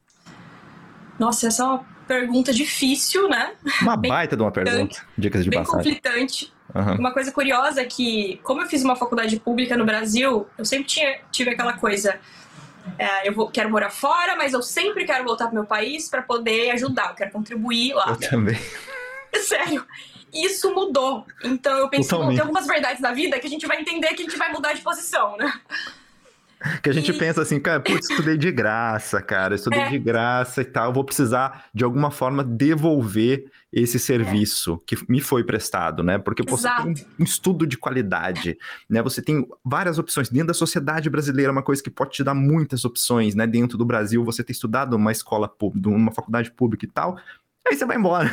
S2: Nossa, essa é uma pergunta difícil, né?
S1: Uma baita de uma pergunta, dicas de passagem.
S2: Bem conflitante. Uma coisa curiosa é que, como eu fiz uma faculdade pública no Brasil, eu sempre tive aquela coisa... quero morar fora, mas eu sempre quero voltar pro meu país para poder ajudar, eu quero contribuir lá.
S1: Eu também.
S2: Sério, isso mudou. Então eu pensei, tem algumas verdades da vida que a gente vai entender que a gente vai mudar de posição, né?
S1: Que a gente pensa assim, cara, putz, estudei de graça, cara, estudei de graça e tal, eu vou precisar de alguma forma devolver esse serviço que me foi prestado, né? Porque você tem um estudo de qualidade, né? Você tem várias opções dentro da sociedade brasileira, uma coisa que pode te dar muitas opções, né? Dentro do Brasil, você ter estudado numa escola pública, numa faculdade pública e tal, aí você vai embora.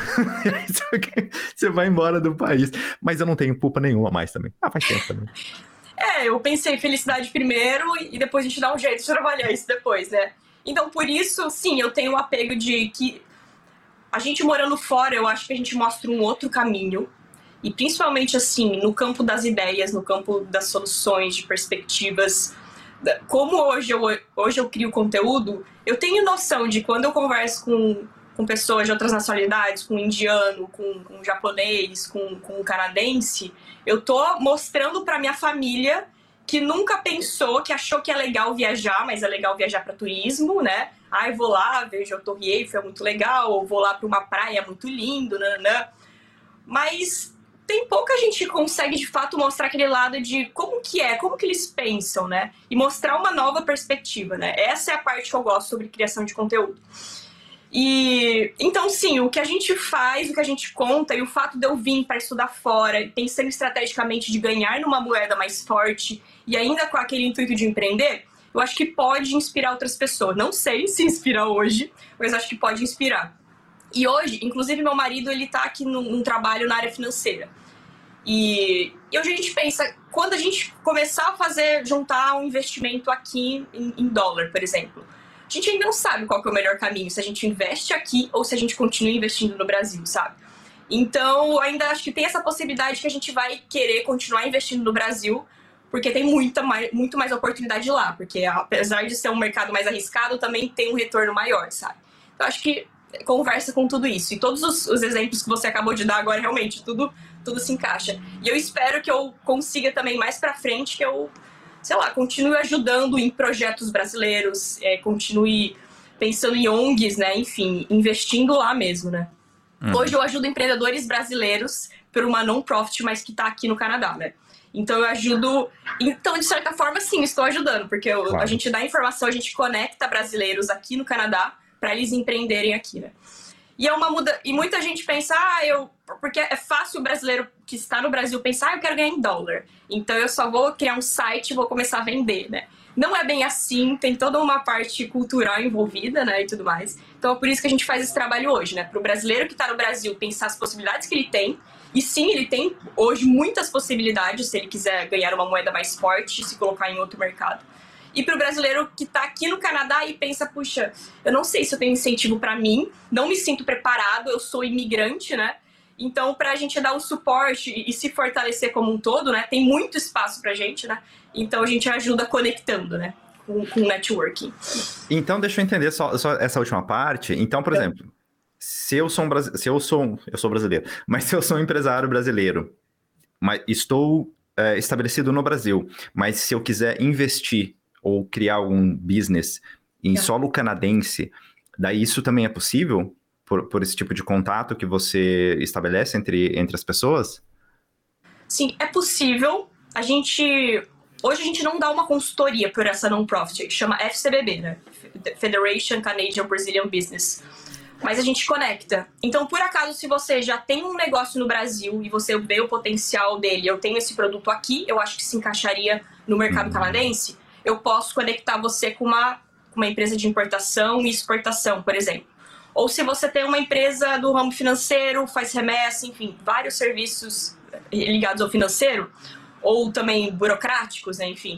S1: Você vai embora do país. Mas eu não tenho culpa nenhuma mais também. Faz tempo também.
S2: Eu pensei felicidade primeiro e depois a gente dá um jeito de trabalhar isso depois, né? Então, por isso, sim, eu tenho um apego de que a gente morando fora, eu acho que a gente mostra um outro caminho. E principalmente, assim, no campo das ideias, no campo das soluções, de perspectivas. Como hoje eu crio conteúdo, eu tenho noção de quando eu converso com pessoas de outras nacionalidades, com indiano, com japonês, com canadense, eu tô mostrando pra minha família que nunca pensou, que achou que é legal viajar, mas é legal viajar para turismo, né? Eu vou lá, vejo a Torre Eiffel, é muito legal, ou vou lá para uma praia, é muito lindo, nananã. Mas tem pouca gente que consegue, de fato, mostrar aquele lado de como que eles pensam, né? E mostrar uma nova perspectiva, né? Essa é a parte que eu gosto sobre criação de conteúdo. E então, sim, o que a gente faz, o que a gente conta, e o fato de eu vir para estudar fora, pensando estrategicamente de ganhar numa moeda mais forte e ainda com aquele intuito de empreender, eu acho que pode inspirar outras pessoas. Não sei se inspira hoje, mas acho que pode inspirar. E hoje, inclusive, meu marido, ele tá aqui num trabalho na área financeira. E hoje a gente pensa, quando a gente começar a juntar um investimento aqui em dólar, por exemplo, a gente ainda não sabe qual que é o melhor caminho, se a gente investe aqui ou se a gente continua investindo no Brasil, sabe? Então, ainda acho que tem essa possibilidade que a gente vai querer continuar investindo no Brasil, porque tem muito mais oportunidade lá, porque apesar de ser um mercado mais arriscado, também tem um retorno maior, sabe? Então, acho que conversa com tudo isso. E todos os exemplos que você acabou de dar agora, realmente, tudo se encaixa. E eu espero que eu consiga também mais pra frente, que eu... sei lá, continue ajudando em projetos brasileiros, continue pensando em ONGs, né? Enfim, investindo lá mesmo, né? Hoje eu ajudo empreendedores brasileiros por uma non-profit, mas que tá aqui no Canadá, né? Então eu ajudo... Então, de certa forma, sim, estou ajudando, porque a gente dá informação, a gente conecta brasileiros aqui no Canadá para eles empreenderem aqui, né? E e muita gente pensa, porque é fácil o brasileiro que está no Brasil pensar, eu quero ganhar em dólar, então eu só vou criar um site e vou começar a vender, né? Não é bem assim, tem toda uma parte cultural envolvida, né, e tudo mais. Então é por isso que a gente faz esse trabalho hoje, né? Para o brasileiro que está no Brasil pensar as possibilidades que ele tem, e sim, ele tem hoje muitas possibilidades se ele quiser ganhar uma moeda mais forte e se colocar em outro mercado. E para o brasileiro que está aqui no Canadá e pensa, puxa, eu não sei se eu tenho incentivo para mim, não me sinto preparado, eu sou imigrante, né? Então, para a gente dar o suporte e se fortalecer como um todo, né? Tem muito espaço para a gente, né? Então, a gente ajuda conectando, né? Com networking.
S1: Então, deixa eu entender só essa última parte. Então, por exemplo, eu sou brasileiro, mas se eu sou um empresário brasileiro, mas estou estabelecido no Brasil, mas se eu quiser investir ou criar algum business em solo canadense, daí isso também é possível? por esse tipo de contato que você estabelece entre as pessoas?
S2: Sim, é possível. Hoje a gente não dá uma consultoria por essa non-profit, que chama FCBB, né? Federation Canadian Brazilian Business. Mas a gente conecta. Então, por acaso, se você já tem um negócio no Brasil e você vê o potencial dele, eu tenho esse produto aqui, eu acho que se encaixaria no mercado canadense, eu posso conectar você com uma empresa de importação e exportação, por exemplo. Ou se você tem uma empresa do ramo financeiro, faz remessa, enfim, vários serviços ligados ao financeiro, ou também burocráticos, né, enfim,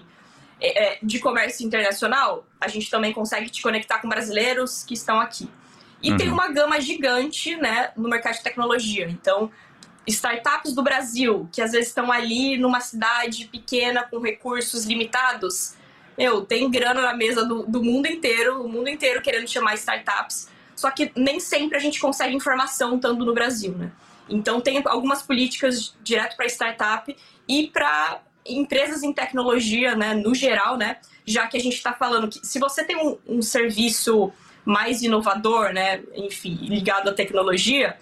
S2: de comércio internacional, a gente também consegue te conectar com brasileiros que estão aqui. E tem uma gama gigante, né, no mercado de tecnologia. Então, startups do Brasil, que às vezes estão ali numa cidade pequena com recursos limitados, tem grana na mesa do mundo inteiro, o mundo inteiro querendo chamar startups, só que nem sempre a gente consegue informação estando no Brasil, né? Então, tem algumas políticas direto para startup e para empresas em tecnologia, né, no geral, né, já que a gente está falando que se você tem um serviço mais inovador, né, enfim, ligado à tecnologia,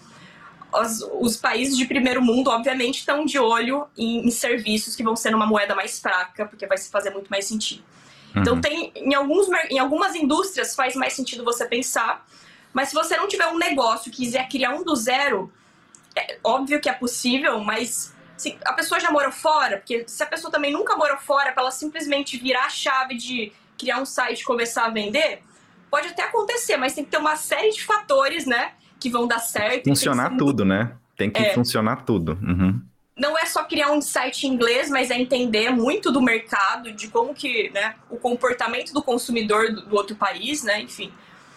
S2: os países de primeiro mundo, obviamente, estão de olho em serviços que vão ser numa moeda mais fraca, porque vai fazer muito mais sentido. Então, em algumas indústrias faz mais sentido você pensar, mas se você não tiver um negócio que quiser criar um do zero, é óbvio que é possível, mas se a pessoa já morou fora, porque se a pessoa também nunca morou fora, para ela simplesmente virar a chave de criar um site e começar a vender, pode até acontecer, mas tem que ter uma série de fatores, né, que vão dar certo.
S1: Funcionar tudo, né? Tem que funcionar tudo.
S2: Não é só criar um site em inglês, mas é entender muito do mercado, de como que, né, o comportamento do consumidor do outro país, né, enfim.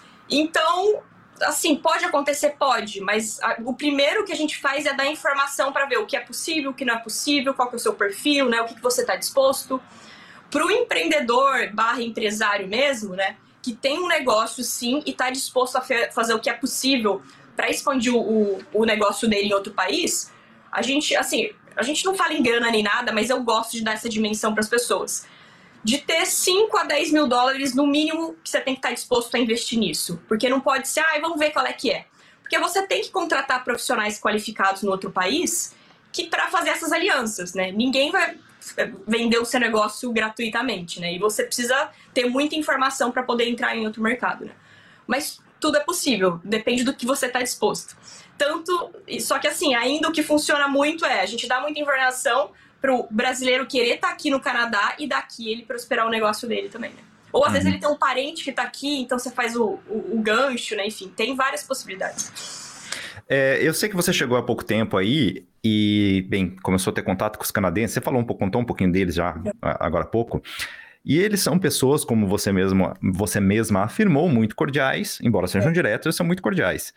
S2: Então, assim, pode acontecer? Pode, mas o primeiro que a gente faz é dar informação para ver o que é possível, o que não é possível, qual que é o seu perfil, né, o que você está disposto. Para o empreendedor / empresário mesmo, né, que tem um negócio sim e está disposto a fazer o que é possível para expandir o negócio dele em outro país, a gente não fala em grana nem nada, mas eu gosto de dar essa dimensão para as pessoas. De ter 5 a 10 mil dólares no mínimo que você tem que estar disposto a investir nisso. Porque não pode ser, vamos ver qual é que é. Porque você tem que contratar profissionais qualificados no outro país para fazer essas alianças, né? Ninguém vai vender o seu negócio gratuitamente, né? E você precisa ter muita informação para poder entrar em outro mercado, né? Mas tudo é possível, depende do que você está disposto. Só que assim, ainda o que funciona muito a gente dá muita informação para o brasileiro querer estar aqui no Canadá e daqui ele prosperar o negócio dele também, né? Ou às vezes ele tem um parente que está aqui, então você faz o gancho, né? Enfim, tem várias possibilidades.
S1: Eu sei que você chegou há pouco tempo aí e, bem, começou a ter contato com os canadenses. Você contou um pouquinho deles já agora há pouco. E eles são pessoas, como você mesma afirmou, muito cordiais, embora sejam diretos, eles são muito cordiais.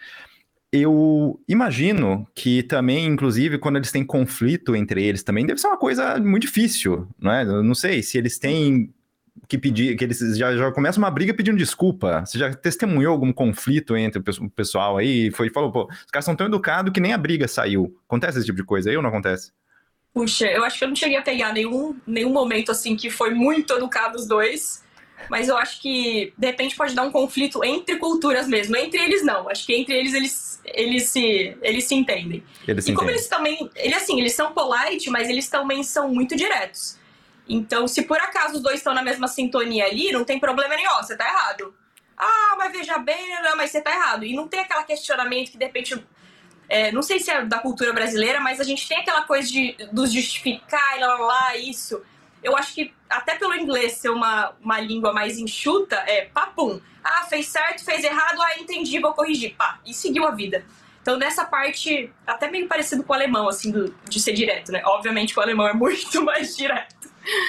S1: Eu imagino que também, inclusive, quando eles têm conflito entre eles também, deve ser uma coisa muito difícil, não é? Eu não sei se eles têm que pedir, que eles já começam uma briga pedindo desculpa. Você já testemunhou algum conflito entre o pessoal aí? Falou, pô, os caras são tão educados que nem a briga saiu. Acontece esse tipo de coisa aí ou não acontece?
S2: Puxa, eu acho que eu não cheguei a pegar nenhum momento assim que foi muito educado os dois, mas eu acho que de repente pode dar um conflito entre culturas mesmo. Entre eles não, acho que entre eles se entendem. Eles também, eles são polite, mas eles também são muito diretos. Então, se por acaso os dois estão na mesma sintonia ali, não tem problema nenhum, você tá errado. Mas veja bem, não, mas você tá errado. E não tem aquele questionamento que de repente, não sei se é da cultura brasileira, mas a gente tem aquela coisa dos justificar e lá, isso. Eu acho que até pelo inglês ser uma língua mais enxuta, papum. Fez certo, fez errado, entendi, vou corrigir, pá, e seguiu a vida. Então, nessa parte, até meio parecido com o alemão, assim, de ser direto, né? Obviamente que o alemão é muito mais direto.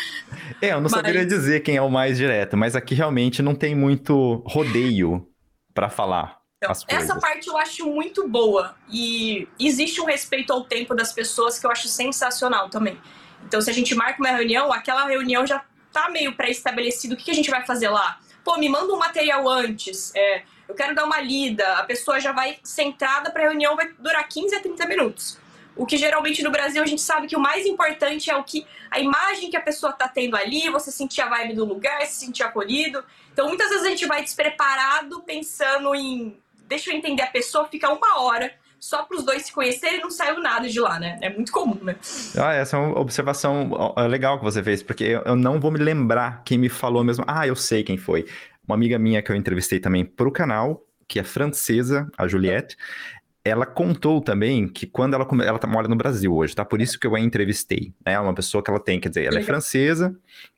S1: Eu não saberia dizer quem é o mais direto, mas aqui realmente não tem muito rodeio para falar as coisas.
S2: Essa parte eu acho muito boa e existe um respeito ao tempo das pessoas que eu acho sensacional também. Então, se a gente marca uma reunião, aquela reunião já tá meio pré-estabelecido. O que a gente vai fazer lá? Pô, me manda um material antes, eu quero dar uma lida, a pessoa já vai centrada para a reunião, vai durar 15 a 30 minutos. O que geralmente no Brasil a gente sabe que o mais importante é a imagem que a pessoa está tendo ali, você sentir a vibe do lugar, se sentir acolhido. Então, muitas vezes a gente vai despreparado pensando em deixa eu entender a pessoa, fica 1 hora só para os dois se conhecerem e não saiu nada de lá, né? É muito comum, né?
S1: Essa é uma observação legal que você fez, porque eu não vou me lembrar quem me falou mesmo. Eu sei quem foi. Uma amiga minha que eu entrevistei também pro canal, que é francesa, a Juliette, ela contou também que quando ela mora no Brasil hoje, tá? Por isso que eu a entrevistei, né? É uma pessoa que ela tem, quer dizer, ela é francesa,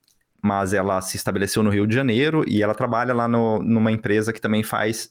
S1: mas ela se estabeleceu no Rio de Janeiro e ela trabalha lá numa empresa que também faz...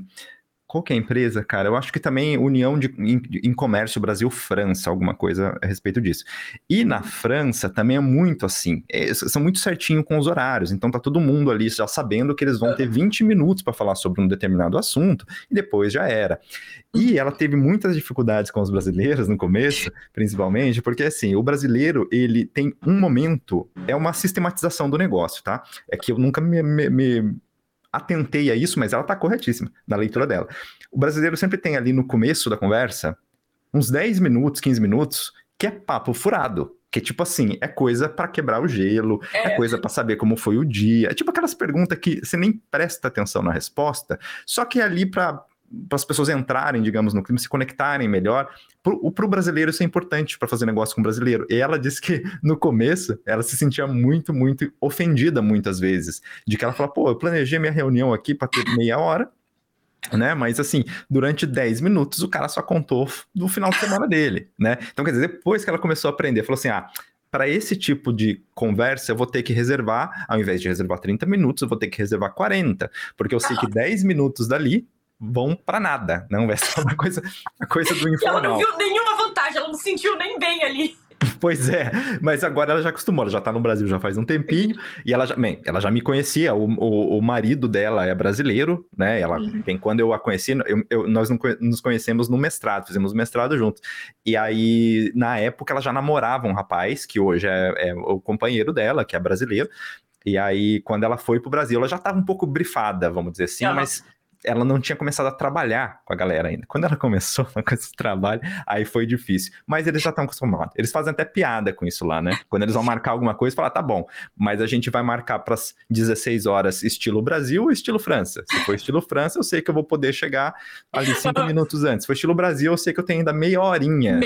S1: Qual que é a empresa, cara? Eu acho que também União em Comércio Brasil-França, alguma coisa a respeito disso. E na França também é muito assim, são muito certinho com os horários, então tá todo mundo ali já sabendo que eles vão ter 20 minutos para falar sobre um determinado assunto e depois já era. E ela teve muitas dificuldades com os brasileiros no começo, principalmente, porque assim, o brasileiro, ele tem um momento, é uma sistematização do negócio, tá? É que eu nunca me atentei a isso, mas ela tá corretíssima na leitura dela. O brasileiro sempre tem ali no começo da conversa uns 10 minutos, 15 minutos, que é papo furado. Que tipo assim, é coisa pra quebrar o gelo, é coisa pra saber como foi o dia. É tipo aquelas perguntas que você nem presta atenção na resposta, só que é ali para as pessoas entrarem, digamos, no clima, se conectarem melhor. Pro brasileiro isso é importante para fazer negócio com o brasileiro. E ela disse que no começo ela se sentia muito, muito ofendida muitas vezes. De que ela fala, pô, eu planejei minha reunião aqui para ter meia hora, né? Mas assim, durante 10 minutos o cara só contou do final de semana dele, né? Então, quer dizer, depois que ela começou a aprender, falou assim, para esse tipo de conversa, eu vou ter que reservar, ao invés de reservar 30 minutos, eu vou ter que reservar 40, porque eu sei que 10 minutos dali vão para nada, não vai ser uma coisa do informal.
S2: Ela não viu nenhuma vantagem, ela não sentiu nem bem ali.
S1: Pois é, mas agora ela já acostumou, ela já tá no Brasil já faz um tempinho, e ela já me conhecia, o marido dela é brasileiro, né, quando eu a conheci, nós nos conhecemos no mestrado, fizemos mestrado juntos, e aí, na época, ela já namorava um rapaz, que hoje é o companheiro dela, que é brasileiro, e aí, quando ela foi pro Brasil, ela já tava um pouco brifada, vamos dizer assim, mas ela não tinha começado a trabalhar com a galera ainda. Quando ela começou com esse trabalho, aí foi difícil. Mas eles já estão acostumados. Eles fazem até piada com isso lá, né? Quando eles vão marcar alguma coisa, falam, tá bom, mas a gente vai marcar para as 16 horas estilo Brasil ou estilo França. Se for estilo França, eu sei que eu vou poder chegar ali 5 minutos antes. Se for estilo Brasil, eu sei que eu tenho ainda meia horinha.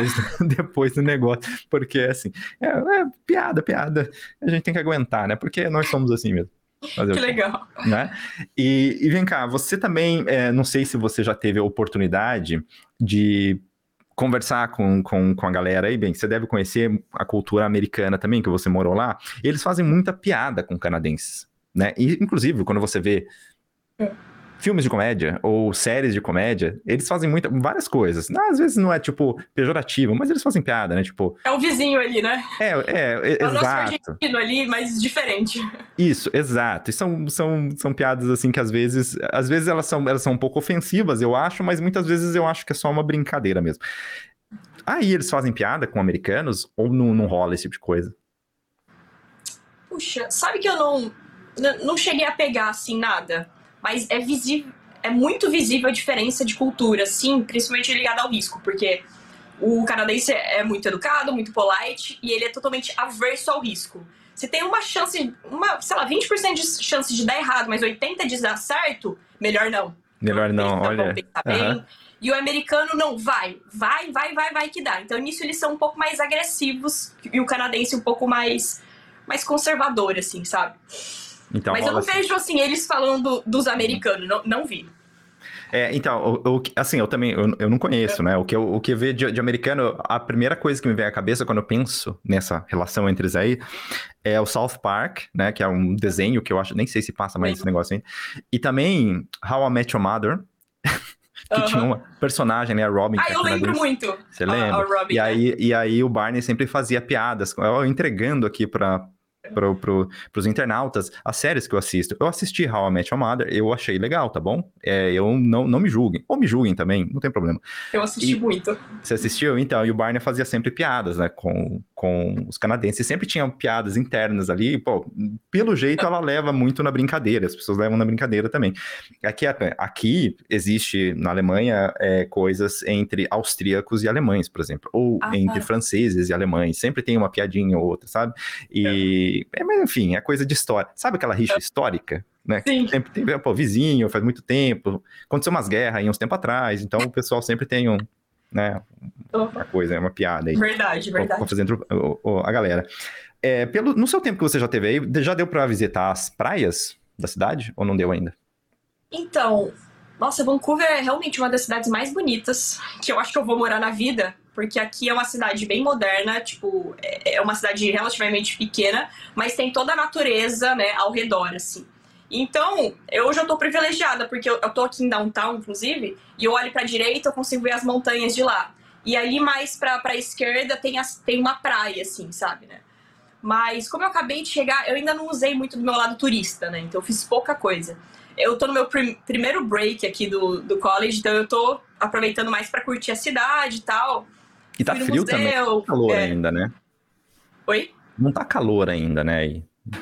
S1: Depois do negócio. Porque, assim, piada. A gente tem que aguentar, né? Porque nós somos assim mesmo.
S2: Que legal.
S1: Né? E vem cá, você também, não sei se você já teve a oportunidade de conversar com a galera aí, bem, você deve conhecer a cultura americana também, que você morou lá, eles fazem muita piada com canadenses, né? E, inclusive, quando você vê filmes de comédia ou séries de comédia, eles fazem várias coisas. Às vezes não é, tipo, pejorativo, mas eles fazem piada, né? Tipo...
S2: É o vizinho ali, né?
S1: É
S2: o nosso argentino ali, mas diferente.
S1: Isso, exato. E são piadas, assim, que às vezes elas são um pouco ofensivas, eu acho, mas muitas vezes eu acho que é só uma brincadeira mesmo. Aí eles fazem piada com americanos ou não rola esse tipo de coisa?
S2: Puxa, sabe que eu não cheguei a pegar, assim, nada... Mas é muito visível a diferença de cultura, sim, principalmente ligada ao risco, porque o canadense é muito educado, muito polite, e ele é totalmente averso ao risco. Você tem uma chance, 20% de chance de dar errado, mas 80% de dar certo, melhor não.
S1: Melhor não, olha.
S2: Bem. E o americano não, vai que dá. Então nisso eles são um pouco mais agressivos, e o canadense um pouco mais conservador, assim, sabe?
S1: Então,
S2: mas eu não vejo, assim, eles falando dos americanos, não vi.
S1: Então, assim, eu não conheço, né? O que eu vejo de americano, a primeira coisa que me vem à cabeça quando eu penso nessa relação entre eles aí, é o South Park, né? Que é um desenho que eu acho, nem sei se passa mais esse negócio aí. E também How I Met Your Mother, que tinha uma personagem, né? A Robin.
S2: Eu lembro muito.
S1: Você lembra?
S2: A Robin,
S1: e aí o Barney sempre fazia piadas, entregando aqui pros internautas as séries que eu assisto. Eu assisti How I Met Your Mother, eu achei legal, tá bom? Eu não me julguem. Ou me julguem também, não tem problema.
S2: Eu assisti muito.
S1: Você assistiu? Então, e o Barney fazia sempre piadas, né, com os canadenses. Sempre tinham piadas internas ali, pô, pelo jeito ela leva muito na brincadeira, as pessoas levam na brincadeira também. Aqui existe, na Alemanha, coisas entre austríacos e alemães, por exemplo, ou entre franceses e alemães, sempre tem uma piadinha ou outra, sabe? Mas enfim, é coisa de história. Sabe aquela rixa histórica né?
S2: Sim.
S1: Sempre tem, pô, vizinho, faz muito tempo. Aconteceu umas guerras aí uns tempo atrás, então o pessoal sempre tem né, uma coisa, uma piada aí.
S2: Verdade.
S1: Pra fazer entre a galera. No seu tempo que você já teve aí, já deu pra visitar as praias da cidade? Ou não deu ainda?
S2: Então, nossa, Vancouver é realmente uma das cidades mais bonitas que eu acho que eu vou morar na vida, porque aqui é uma cidade bem moderna, tipo, é uma cidade relativamente pequena, mas tem toda a natureza, né, ao redor, assim. Então, eu já tô privilegiada, porque eu tô aqui em downtown, inclusive, e eu olho pra direita, eu consigo ver as montanhas de lá. E ali mais pra esquerda tem uma praia, assim, sabe, né? Mas como eu acabei de chegar, eu ainda não usei muito do meu lado turista, né? Então eu fiz pouca coisa. Eu tô no meu primeiro break aqui do college, então eu tô aproveitando mais pra curtir a cidade e tal.
S1: E tá
S2: Fui no
S1: frio
S2: museu,
S1: também, não tá calor ainda, né?
S2: Oi?
S1: Não tá calor ainda, né?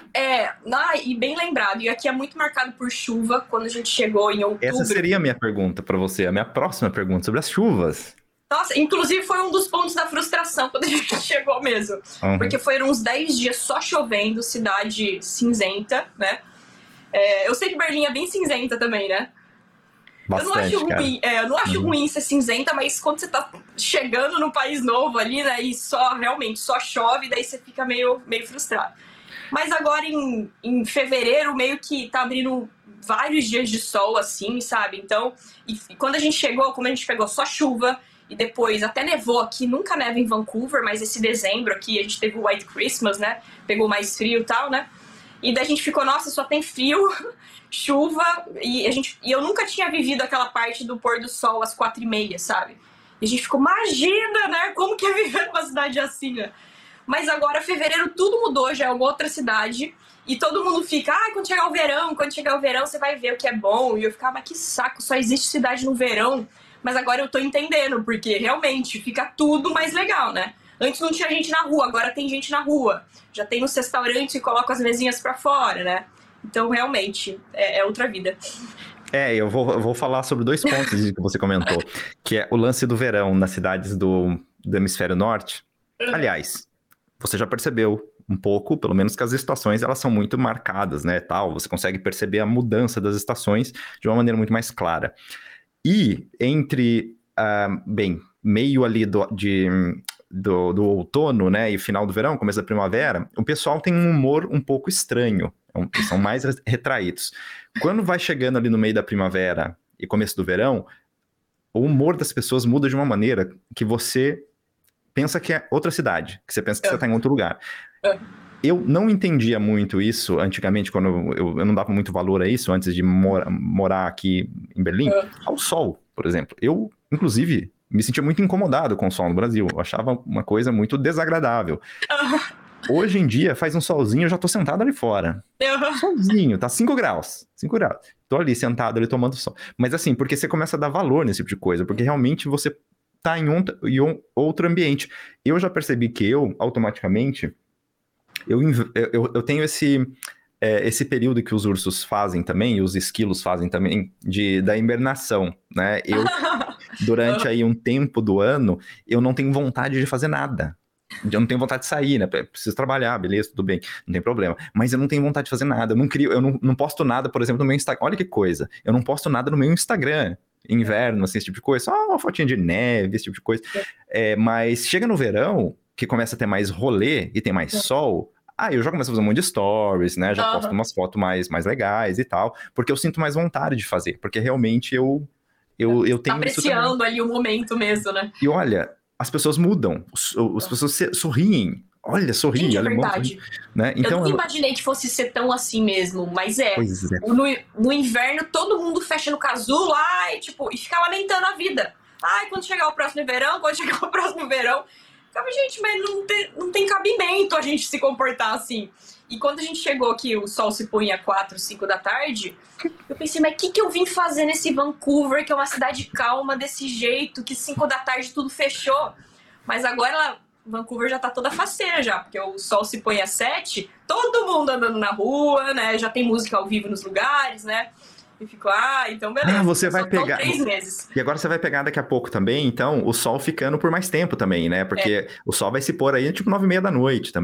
S2: E bem lembrado. E aqui é muito marcado por chuva quando a gente chegou em outubro.
S1: Essa seria a minha pergunta pra você, a minha próxima pergunta sobre as chuvas.
S2: Nossa, inclusive foi um dos pontos da frustração quando a gente chegou mesmo.
S1: Uhum.
S2: Porque foram uns 10 dias só chovendo, cidade cinzenta, né? Eu sei que Berlim é bem cinzenta também, né?
S1: Bastante,
S2: eu não acho ruim ser cinzenta, mas quando você tá chegando num país novo ali, né? E realmente só chove, daí você fica meio frustrado. Mas agora em fevereiro, meio que tá abrindo vários dias de sol, assim, sabe? Então, e quando a gente chegou, como a gente pegou só chuva, e depois até nevou aqui, nunca neva em Vancouver, mas esse dezembro aqui a gente teve o White Christmas, né? Pegou mais frio e tal, né? E daí a gente ficou, nossa, só tem frio, chuva, e eu nunca tinha vivido aquela parte do pôr do sol às 4h30, sabe? E a gente ficou, imagina, né? Como que é viver numa cidade assim, né? Mas agora, fevereiro, tudo mudou, já é uma outra cidade. E todo mundo fica, quando chegar o verão, você vai ver o que é bom. E eu ficava, mas que saco, só existe cidade no verão. Mas agora eu tô entendendo, porque realmente fica tudo mais legal, né? Antes não tinha gente na rua, agora tem gente na rua. Já tem nos restaurantes e colocam as mesinhas pra fora, né? Então, realmente, é outra vida.
S1: Eu vou falar sobre 2 pontos que você comentou. Que é o lance do verão nas cidades do hemisfério norte. Aliás, você já percebeu um pouco, pelo menos que as estações elas são muito marcadas, né, tal. Você consegue perceber a mudança das estações de uma maneira muito mais clara. E entre, meio ali do outono, né, e final do verão, começo da primavera, o pessoal tem um humor um pouco estranho, são mais retraídos. Quando vai chegando ali no meio da primavera e começo do verão, o humor das pessoas muda de uma maneira que você pensa que é outra cidade, que você pensa que você está em outro lugar. Eu não entendia muito isso antigamente, quando eu não dava muito valor a isso, antes de morar aqui em Berlim, ao sol, por exemplo. Eu, inclusive, me sentia muito incomodado com o sol no Brasil. Eu achava uma coisa muito desagradável. Hoje em dia, faz um solzinho, eu já tô sentado ali fora. Solzinho, tá 5 graus. 5 graus. Tô ali sentado, ali tomando sol. Mas assim, porque você começa a dar valor nesse tipo de coisa, porque realmente você tá em outro ambiente. Eu já percebi que automaticamente, eu tenho esse período que os ursos fazem também, e os esquilos fazem também, da hibernação, né? Durante aí um tempo do ano, eu não tenho vontade de fazer nada. Eu não tenho vontade de sair, né? Preciso trabalhar, beleza, tudo bem, não tem problema. Mas eu não tenho vontade de fazer nada. Eu não posto nada, por exemplo, no meu Instagram. Olha que coisa. Eu não posto nada no meu Instagram. Inverno, assim, esse tipo de coisa. Só uma fotinha de neve, esse tipo de coisa. Mas chega no verão, que começa a ter mais rolê e tem mais sol. Eu já começo a fazer um monte de stories, né? Já posto umas fotos mais legais e tal. Porque eu sinto mais vontade de fazer. Porque realmente eu tenho
S2: tá apreciando ali o momento mesmo, né?
S1: E olha, as pessoas mudam. As pessoas sorriem. Olha, sorri.
S2: Gente, é verdade.
S1: Né? Então,
S2: eu não imaginei que fosse ser tão assim mesmo, mas
S1: Pois é.
S2: No inverno, todo mundo fecha no casulo, e fica lamentando a vida. Quando chegar o próximo verão, Ficava, gente, mas não tem cabimento a gente se comportar assim. E quando a gente chegou aqui, o sol se punha 4, 5 da tarde, eu pensei, mas o que eu vim fazer nesse Vancouver, que é uma cidade calma desse jeito, que 5 da tarde tudo fechou. Mas agora Vancouver já tá toda faceira já, porque o sol se põe às 7, todo mundo andando na rua, né? Já tem música ao vivo nos lugares, né? E ficou, então beleza.
S1: Você vai pegar.
S2: 3 meses.
S1: E agora você vai pegar daqui a pouco também, então, o sol ficando por mais tempo também, né? Porque o sol vai se pôr aí, tipo, 9h30 da noite também.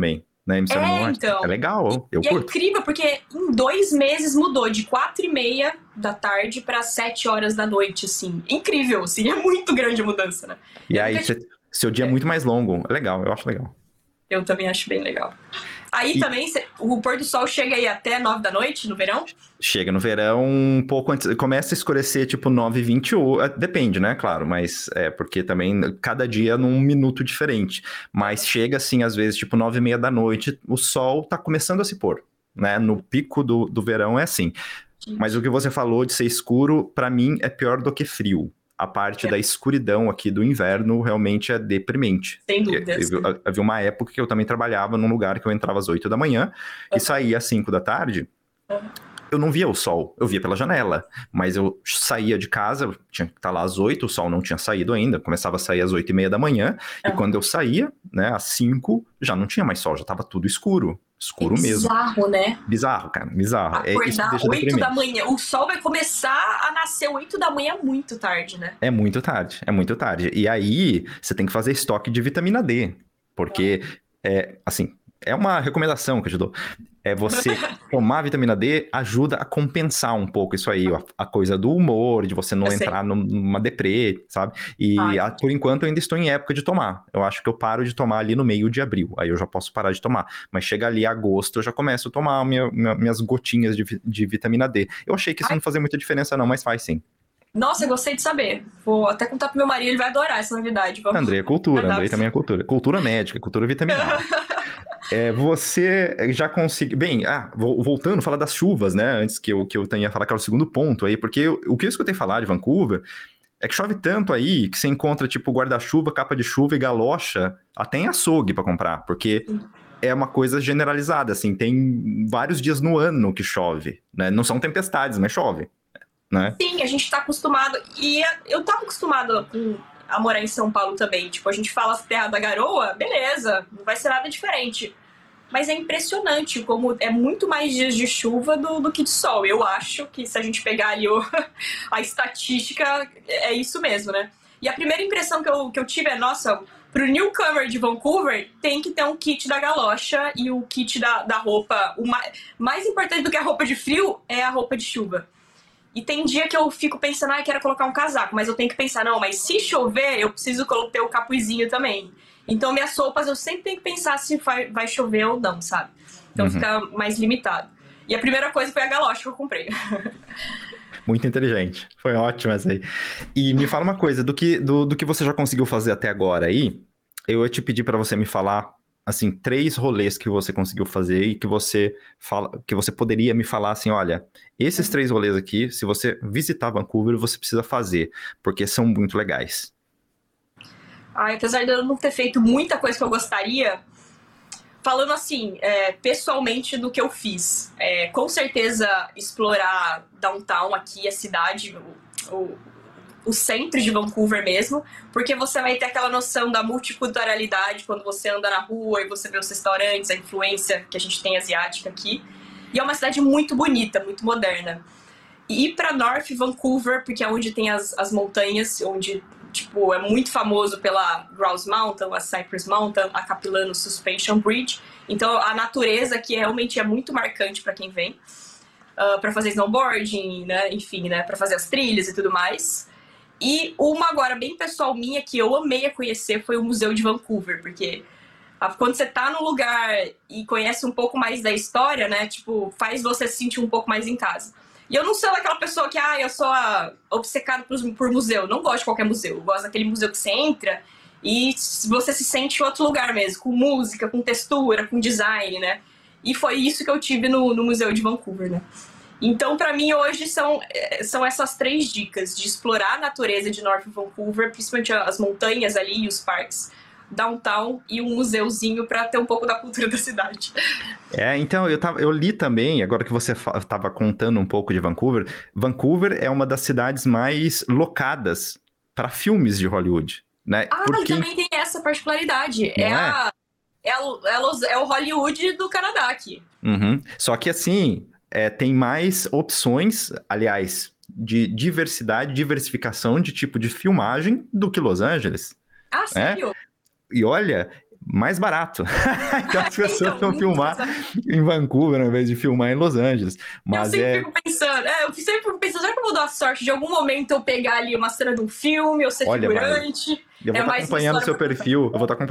S1: na Hemisfério Norte.
S2: Então.
S1: É legal, eu
S2: E
S1: curto.
S2: é incrível, porque em 2 meses mudou de 4h30 da tarde para 7 horas da noite, assim. Incrível, assim, é muito grande a mudança, né?
S1: E aí, seu dia é muito mais longo. É legal, eu acho legal.
S2: Eu também acho bem legal. Aí também, o pôr do sol chega aí até 9 da noite, no verão?
S1: Chega no verão um pouco antes, começa a escurecer tipo 9h20, depende, né, claro, mas porque também cada dia num minuto diferente, mas chega assim, às vezes, tipo 9h30 da noite, o sol tá começando a se pôr, né, no pico do verão é assim. Mas o que você falou de ser escuro, pra mim, é pior do que frio. A parte da escuridão aqui do inverno realmente é deprimente.
S2: Sem dúvida.
S1: Havia uma época que eu também trabalhava num lugar que eu entrava às 8 da manhã e saía às 5 da tarde. Eu não via o sol, eu via pela janela. Mas eu saía de casa, tinha que estar lá às 8, o sol não tinha saído ainda, começava a sair às 8h30 da manhã. E quando eu saía, né, às 5, já não tinha mais sol, já estava tudo escuro. Escuro mesmo.
S2: Bizarro, né?
S1: Bizarro, cara, bizarro.
S2: Acordar 8 da manhã. O sol vai começar a nascer 8 da manhã muito tarde, né?
S1: É muito tarde, é muito tarde. E aí, você tem que fazer estoque de vitamina D. Porque, assim, é uma recomendação que eu te dou. Você tomar vitamina D ajuda a compensar um pouco isso aí, a coisa do humor, de você não entrar numa deprê, sabe? E por enquanto eu ainda estou em época de tomar. Eu acho que eu paro de tomar ali no meio de abril, aí eu já posso parar de tomar. Mas chega ali agosto, eu já começo a tomar minhas gotinhas de vitamina D. Eu achei que isso não fazia muita diferença não, mas faz sim.
S2: Nossa, eu gostei de saber. Vou até contar pro meu marido, ele vai adorar essa novidade.
S1: Andrei é cultura, Andrei também é cultura. Cultura médica, cultura vitaminar. Você já conseguiu... Bem, voltando, falar das chuvas, né? Antes que eu tenha falar que era o segundo ponto aí, porque o que eu escutei falar de Vancouver é que chove tanto aí que você encontra, tipo, guarda-chuva, capa de chuva e galocha até em açougue para comprar, porque é uma coisa generalizada, assim, tem vários dias no ano que chove, né? Não são tempestades, mas chove, né?
S2: Sim, a gente tá acostumado, e eu tava acostumado a morar em São Paulo também, tipo, a gente fala Terra da Garoa, beleza, não vai ser nada diferente. Mas é impressionante como é muito mais dias de chuva do que de sol. Eu acho que se a gente pegar ali a estatística, é isso mesmo, né? E a primeira impressão que eu tive é, nossa, pro newcomer de Vancouver, tem que ter um kit da galocha e o kit da roupa. O mais importante do que a roupa de frio é a roupa de chuva. E tem dia que eu fico pensando, quero colocar um casaco, mas eu tenho que pensar, não, mas se chover, eu preciso ter o capuzinho também. Então, minhas roupas, eu sempre tenho que pensar se vai chover ou não, sabe? Então, fica mais limitado. E a primeira coisa foi a galocha que eu comprei.
S1: Muito inteligente. Foi ótimo essa aí. E me fala uma coisa, do que você já conseguiu fazer até agora aí, eu ia te pedir para você me falar, assim, 3 rolês que você conseguiu fazer e que você poderia me falar assim, olha, esses 3 rolês aqui, se você visitar Vancouver, você precisa fazer, porque são muito legais.
S2: Apesar de eu não ter feito muita coisa que eu gostaria, falando assim, pessoalmente do que eu fiz, com certeza explorar downtown aqui, a cidade, o centro de Vancouver mesmo, porque você vai ter aquela noção da multiculturalidade quando você anda na rua e você vê os restaurantes, a influência que a gente tem asiática aqui. E é uma cidade muito bonita, muito moderna. E ir para North Vancouver, porque é onde tem as montanhas, onde tipo, é muito famoso pela Grouse Mountain, a Cypress Mountain, a Capilano Suspension Bridge. Então a natureza aqui realmente é muito marcante para quem vem, para fazer snowboarding, né? Enfim, né? Para fazer as trilhas e tudo mais. E uma agora bem pessoal minha que eu amei a conhecer foi o Museu de Vancouver, porque quando você tá no lugar e conhece um pouco mais da história, né? Tipo, faz você se sentir um pouco mais em casa. E eu não sou aquela pessoa que, eu sou obcecada por museu. Não gosto de qualquer museu. Eu gosto daquele museu que você entra e você se sente em outro lugar mesmo, com música, com textura, com design, né? E foi isso que eu tive no Museu de Vancouver, né? Então, para mim, hoje são essas 3 dicas de explorar a natureza de North Vancouver, principalmente as montanhas ali e os parques, downtown e um museuzinho para ter um pouco da cultura da cidade.
S1: Então, eu li também, agora que você estava contando um pouco de Vancouver, Vancouver é uma das cidades mais locadas para filmes de Hollywood, né?
S2: E também tem essa particularidade. É o Hollywood do Canadá aqui.
S1: Só que assim, tem mais opções, aliás, de diversificação de tipo de filmagem do que Los Angeles.
S2: Sério?
S1: E olha, mais barato. Então as pessoas vão
S2: muito
S1: filmar em Vancouver ao invés de filmar em Los Angeles. Mas
S2: eu sempre fico pensando, será que eu vou dar sorte de algum momento eu pegar ali uma cena de um filme, ou ser figurante?
S1: Eu vou estar acompanhando seu perfil,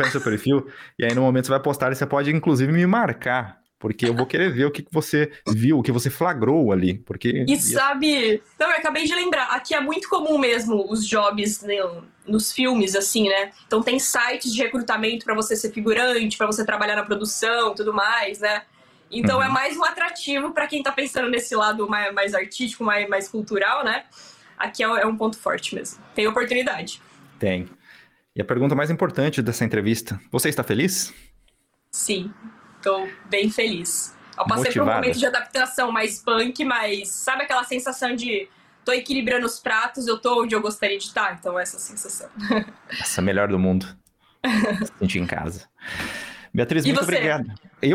S1: e aí no momento você vai postar e você pode inclusive me marcar, porque eu vou querer ver o que você viu, o que você flagrou ali, porque...
S2: E sabe, não, eu acabei de lembrar, aqui é muito comum mesmo os jobs, né, nos filmes, assim, né? Então tem sites de recrutamento para você ser figurante, para você trabalhar na produção, tudo mais, né? Então é mais um atrativo para quem tá pensando nesse lado mais artístico, mais cultural, né? Aqui é um ponto forte mesmo. Tem oportunidade.
S1: Tem. E a pergunta mais importante dessa entrevista, você está feliz?
S2: Sim, tô bem feliz. Eu passei
S1: Motivada.
S2: por um momento de adaptação mais punk, mas sabe aquela sensação de tô equilibrando os pratos, eu tô onde eu gostaria de estar? Então essa sensação.
S1: Essa melhor do mundo. Se sentir em casa. Beatriz,
S2: E
S1: muito
S2: você?
S1: obrigado.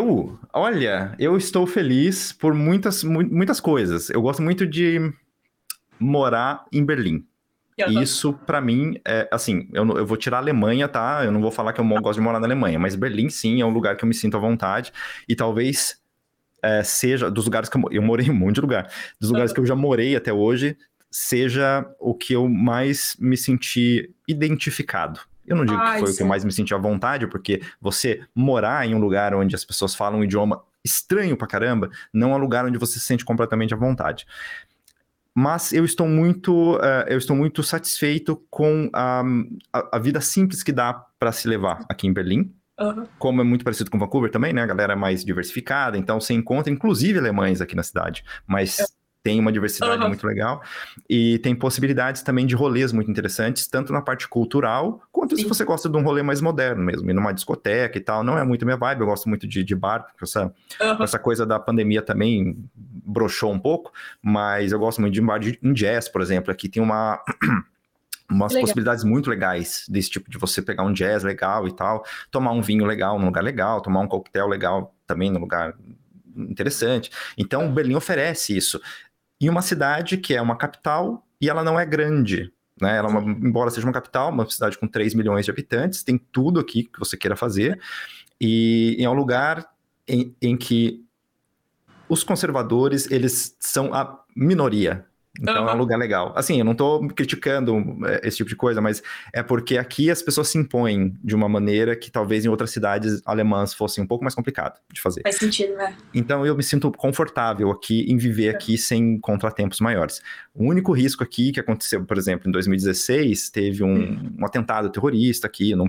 S1: Eu estou feliz por muitas coisas. Eu gosto muito de morar em Berlim. Isso, pra mim, é assim, eu vou tirar a Alemanha, tá? Eu não vou falar que eu gosto de morar na Alemanha, mas Berlim, sim, é um lugar que eu me sinto à vontade. E talvez seja, dos lugares que eu morei em um monte de lugar, dos lugares que eu já morei até hoje, seja o que eu mais me senti identificado. Eu não digo que foi o que eu mais me senti à vontade, porque você morar em um lugar onde as pessoas falam um idioma estranho pra caramba, não é um lugar onde você se sente completamente à vontade. Mas eu estou muito satisfeito com a vida simples que dá para se levar aqui em Berlim. Como é muito parecido com Vancouver também, né? A galera é mais diversificada, então você encontra inclusive alemães aqui na cidade, mas tem uma diversidade muito legal e tem possibilidades também de rolês muito interessantes, tanto na parte cultural, quanto se você gosta de um rolê mais moderno mesmo, ir numa discoteca e tal. Não é muito minha vibe, eu gosto muito de bar, porque essa coisa da pandemia também broxou um pouco, mas eu gosto muito de bar em jazz, por exemplo. Aqui tem umas possibilidades muito legais desse tipo, de você pegar um jazz legal e tal, tomar um vinho legal num lugar legal, tomar um coquetel legal também num lugar interessante. Então, Berlim oferece isso. Em uma cidade que é uma capital e ela não é grande, né? Ela, embora seja uma capital, uma cidade com 3 milhões de habitantes, tem tudo aqui que você queira fazer, e é um lugar em que os conservadores, eles são a minoria. Então é um lugar legal. Assim, eu não tô criticando esse tipo de coisa, mas é porque aqui as pessoas se impõem de uma maneira que talvez em outras cidades alemãs fosse um pouco mais complicado de fazer.
S2: Faz sentido, né?
S1: Então eu me sinto confortável aqui em viver aqui sem contratempos maiores. O único risco aqui que aconteceu, por exemplo, em 2016, teve um atentado terrorista aqui, não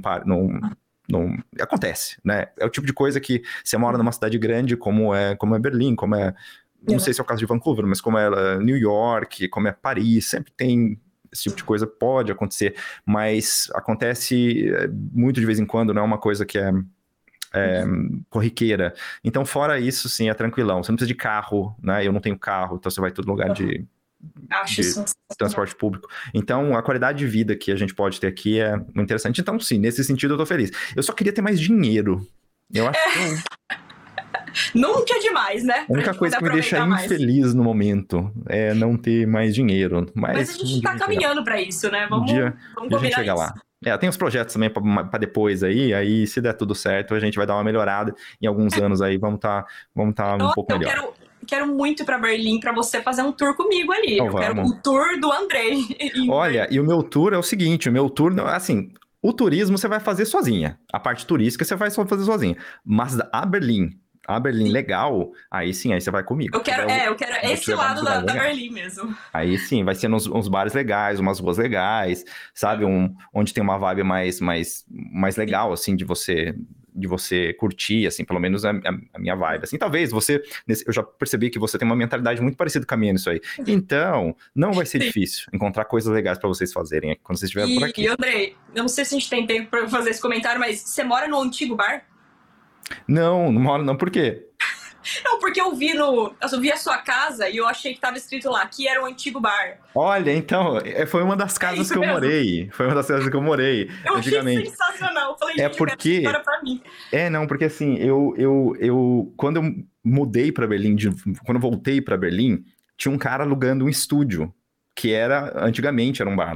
S1: acontece, né? É o tipo de coisa que você mora numa cidade grande como é Berlim, como é... Não sei se é o caso de Vancouver, mas como é New York, como é Paris, sempre tem esse tipo de coisa, pode acontecer, mas acontece muito de vez em quando, não é uma coisa que é corriqueira. Então, fora isso, sim, é tranquilão. Você não precisa de carro, né? Eu não tenho carro, então você vai em todo lugar de transporte público. Então, a qualidade de vida que a gente pode ter aqui é muito interessante. Então, sim, nesse sentido eu tô feliz. Eu só queria ter mais dinheiro. Eu acho que...
S2: Nunca é demais, né?
S1: A única coisa que me deixa infeliz no momento é não ter mais dinheiro. Mas
S2: a gente tá caminhando pra isso, né? Vamos
S1: a gente chega lá. Tem uns projetos também pra depois aí se der tudo certo, a gente vai dar uma melhorada em alguns anos aí, vamos tá um pouco melhor.
S2: Quero muito ir pra Berlim pra você fazer um tour comigo ali.
S1: Então,
S2: eu quero o tour do Andrei.
S1: Olha, e o meu tour é o seguinte, assim... O turismo você vai fazer sozinha. A parte turística você vai só fazer sozinha. Mas a Berlim legal, aí sim, aí você vai comigo.
S2: Eu quero esse lado da Berlim mesmo.
S1: Aí sim, vai ser uns bares legais, umas ruas legais, sabe? Onde tem uma vibe mais legal, assim, de você curtir, assim, pelo menos a minha vibe. Assim, talvez eu já percebi que você tem uma mentalidade muito parecida com a minha nisso aí. Então, não vai ser difícil encontrar coisas legais pra vocês fazerem quando vocês estiverem por aqui.
S2: E Andrei, eu não sei se a gente tem tempo pra fazer esse comentário, mas você mora no antigo bar?
S1: Não moro não, por quê?
S2: Não, porque eu vi a sua casa e eu achei que tava escrito lá, que era um antigo bar.
S1: Olha, então, foi uma das casas que eu morei. Foi uma das casas que eu morei antigamente.
S2: Achei sensacional. Eu falei, gente, história pra mim.
S1: Porque assim, quando eu mudei pra Berlim, quando eu voltei pra Berlim, tinha um cara alugando um estúdio, que antigamente era um bar lá.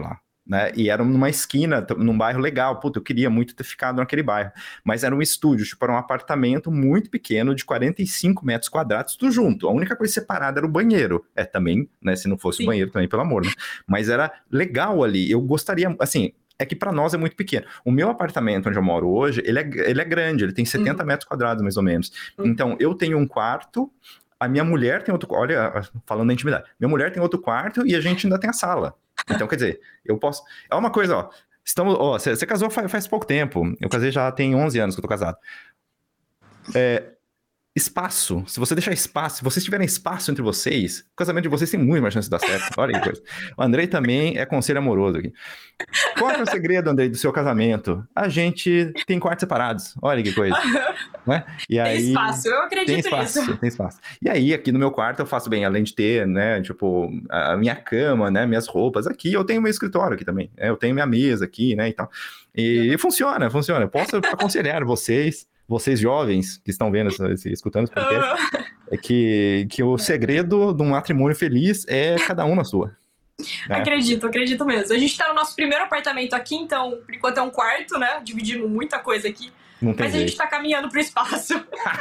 S1: né? E era numa esquina, num bairro legal. Puta, eu queria muito ter ficado naquele bairro. Mas era um estúdio, tipo, era um apartamento muito pequeno, de 45 metros quadrados, tudo junto. A única coisa separada era o banheiro. Também, né? Se não fosse o banheiro também, pelo amor, né? Mas era legal ali. Eu gostaria, assim... É que para nós é muito pequeno. O meu apartamento onde eu moro hoje, ele é grande, ele tem 70 metros quadrados, mais ou menos. Então, eu tenho um quarto, a minha mulher tem outro... Olha, falando da intimidade. Minha mulher tem outro quarto e a gente ainda tem a sala. Então, quer dizer, eu posso... É uma coisa, ó. Você casou faz pouco tempo. Eu casei já tem 11 anos que eu tô casado. Espaço, se você deixar espaço, se vocês tiverem espaço entre vocês, o casamento de vocês tem muito mais chance de dar certo. Olha que coisa. O Andrei também é conselho amoroso aqui. Qual é o segredo, Andrei, do seu casamento? A gente tem quartos separados. Olha que coisa. Né? E aí,
S2: tem espaço, eu acredito nisso.
S1: Tem espaço. E aí, aqui no meu quarto, eu faço bem, além de ter, né, tipo, a minha cama, né, minhas roupas aqui, eu tenho meu escritório aqui também. Eu tenho minha mesa aqui, né, e tal. E funciona. Eu posso aconselhar vocês jovens que estão vendo, escutando esse podcast, é que o segredo de um matrimônio feliz é cada um na sua. Né?
S2: Acredito mesmo. A gente tá no nosso primeiro apartamento aqui, então, por enquanto é um quarto, né? Dividimos muita coisa aqui. Mas a gente tá caminhando pro espaço.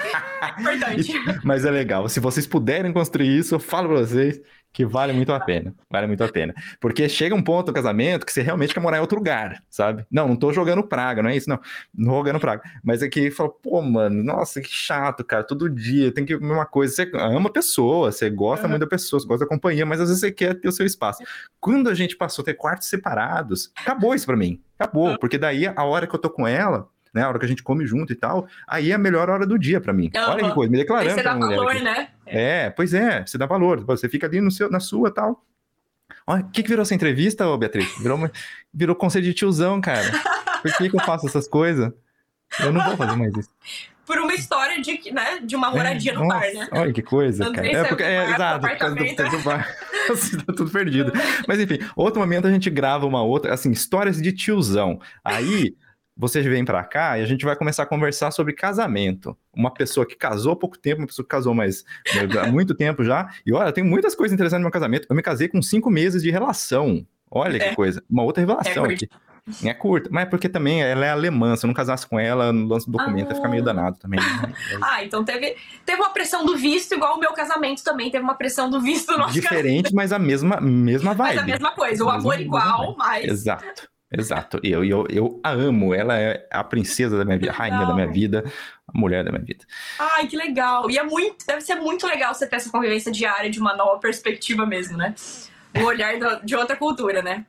S2: É importante.
S1: Mas é legal. Se vocês puderem construir isso, eu falo pra vocês que vale muito a pena. Vale muito a pena. Porque chega um ponto do casamento que você realmente quer morar em outro lugar, sabe? Não tô jogando praga, não é isso, não. Não jogando praga. Mas é que fala, pô, mano, nossa, que chato, cara. Todo dia tem que ver uma coisa. Você ama a pessoa, você gosta muito da pessoa, você gosta da companhia, mas às vezes você quer ter o seu espaço. Quando a gente passou a ter quartos separados, acabou isso pra mim. Acabou. Porque daí, a hora que eu tô com ela, né, a hora que a gente come junto e tal, aí é a melhor hora do dia pra mim. Olha que coisa, me declarando.
S2: Você dá valor, né?
S1: Pois é, você dá valor. Você fica ali na sua e tal. Olha, o que virou essa entrevista, ô Beatriz? Virou conselho de tiozão, cara. Por que eu faço essas coisas? Eu não vou fazer mais isso.
S2: Por uma história de uma moradia no bar, né?
S1: Olha que coisa, cara. Exato, por causa do bar. Tá tudo perdido. Mas enfim, outro momento a gente grava uma outra, assim, histórias de tiozão. Aí... Vocês vêm pra cá e a gente vai começar a conversar sobre casamento. Uma pessoa que casou há pouco tempo, uma pessoa que casou há muito tempo já. E olha, tem muitas coisas interessantes no meu casamento. Eu me casei com 5 meses de relação. Olha que coisa. Uma outra revelação aqui. É curta, mas é porque também ela é alemã. Se eu não casasse com ela, no lance do documento ia ficar meio danado também.
S2: Então teve uma pressão do visto, igual o meu casamento também teve uma pressão do visto no nosso
S1: diferente, casamento. Mas a mesma vibe. Mas
S2: a mesma coisa, o amor igual, mas...
S1: Exato. Eu a amo. Ela é a princesa da minha vida, a rainha da minha vida, a mulher da minha vida.
S2: Ai, que legal. E deve ser muito legal você ter essa convivência diária de uma nova perspectiva mesmo, né? O olhar de outra cultura, né?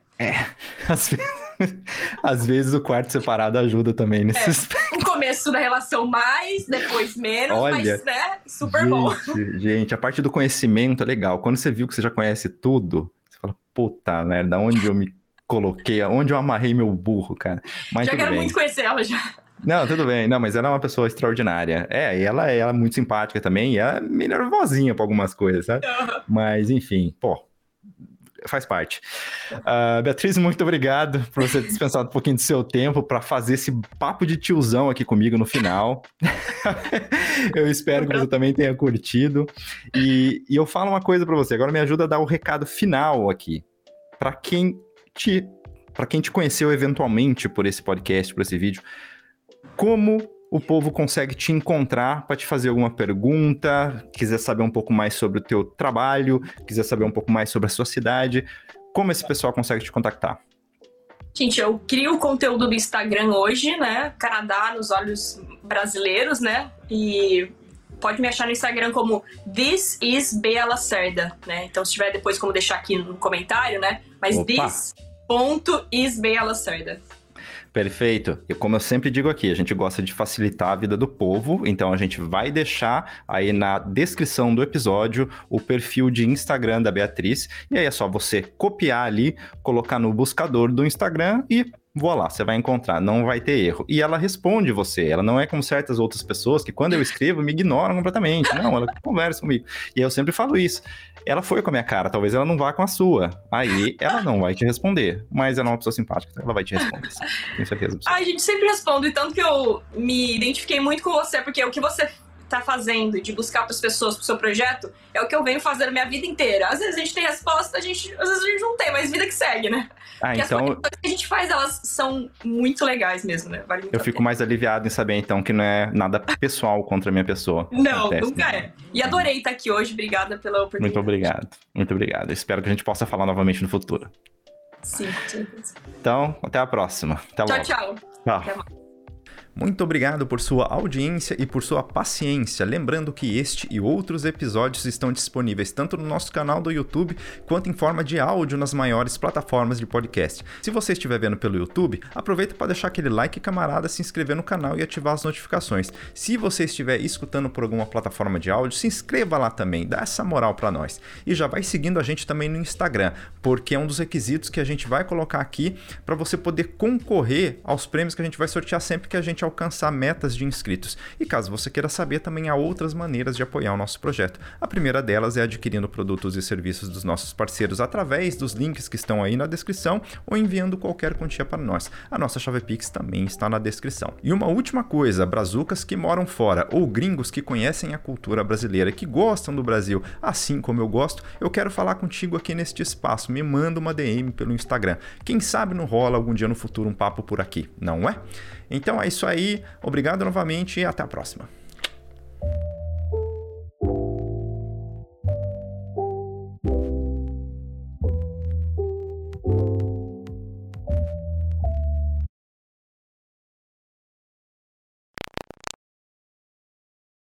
S1: Às vezes o quarto separado ajuda também nesse aspecto.
S2: No começo da relação mais, depois menos, mas, né, super bom.
S1: Gente, a parte do conhecimento é legal. Quando você viu que você já conhece tudo, você fala, puta merda, onde eu me coloquei, onde eu amarrei meu burro, cara. Mas
S2: já quero muito conhecer ela, já.
S1: Não, tudo bem. Não, mas ela é uma pessoa extraordinária. E ela é muito simpática também, e ela é meio nervosinha pra algumas coisas, sabe? Mas, enfim, faz parte. Beatriz, muito obrigado por você ter dispensado um pouquinho do seu tempo para fazer esse papo de tiozão aqui comigo no final. Eu espero que você também tenha curtido. E eu falo uma coisa para você, agora me ajuda a dar o recado final aqui. Para quem te conheceu eventualmente por esse podcast, por esse vídeo, como o povo consegue te encontrar para te fazer alguma pergunta, quiser saber um pouco mais sobre o teu trabalho, quiser saber um pouco mais sobre a sua cidade, como esse pessoal consegue te contactar?
S2: Gente, eu crio conteúdo no Instagram hoje, né? Canadá nos olhos brasileiros, né? E pode me achar no Instagram como This is Bea Lacerda, né? Então, se tiver depois como deixar aqui no comentário, né? Mas this.is Bea Lacerda.
S1: Perfeito. E como eu sempre digo aqui, a gente gosta de facilitar a vida do povo, então a gente vai deixar aí na descrição do episódio o perfil de Instagram da Beatriz, e aí é só você copiar ali, colocar no buscador do Instagram e voilá, você vai encontrar, não vai ter erro. E ela responde você, ela não é como certas outras pessoas que quando eu escrevo me ignoram completamente. Não, ela conversa comigo. E eu sempre falo isso. Ela foi com a minha cara, talvez ela não vá com a sua. Aí ela não vai te responder, mas ela é uma pessoa simpática, então ela vai te responder. Tenho certeza.
S2: A gente sempre responde, tanto que eu me identifiquei muito com você, porque o que você tá fazendo, de buscar outras pessoas pro seu projeto, é o que eu venho fazendo a minha vida inteira. Às vezes a gente tem resposta, às vezes a gente não tem, mas vida que segue, né? Porque
S1: então...
S2: as coisas que a gente faz, elas são muito legais mesmo, né? Vale muito
S1: eu fico mais aliviado em saber, então, que não é nada pessoal contra a minha pessoa.
S2: Não, nunca é. E adorei estar aqui hoje, obrigada pela oportunidade.
S1: Muito obrigado, muito obrigado. Espero que a gente possa falar novamente no futuro.
S2: Sim, com certeza.
S1: Então, até a próxima. Até logo.
S2: Tchau. Até mais.
S1: Muito obrigado por sua audiência e por sua paciência. Lembrando que este e outros episódios estão disponíveis tanto no nosso canal do YouTube quanto em forma de áudio nas maiores plataformas de podcast. Se você estiver vendo pelo YouTube, aproveita para deixar aquele like, camarada, se inscrever no canal e ativar as notificações. Se você estiver escutando por alguma plataforma de áudio, se inscreva lá também, dá essa moral para nós. E já vai seguindo a gente também no Instagram, porque é um dos requisitos que a gente vai colocar aqui para você poder concorrer aos prêmios que a gente vai sortear sempre que a gente alcançar metas de inscritos. E caso você queira saber, também há outras maneiras de apoiar o nosso projeto. A primeira delas é adquirindo produtos e serviços dos nossos parceiros através dos links que estão aí na descrição ou enviando qualquer quantia para nós. A nossa chave Pix também está na descrição. E uma última coisa, brazucas que moram fora ou gringos que conhecem a cultura brasileira e que gostam do Brasil, assim como eu gosto, eu quero falar contigo aqui neste espaço. Me manda uma DM pelo Instagram. Quem sabe não rola algum dia no futuro um papo por aqui, não é? Então é isso aí, obrigado novamente e até a próxima.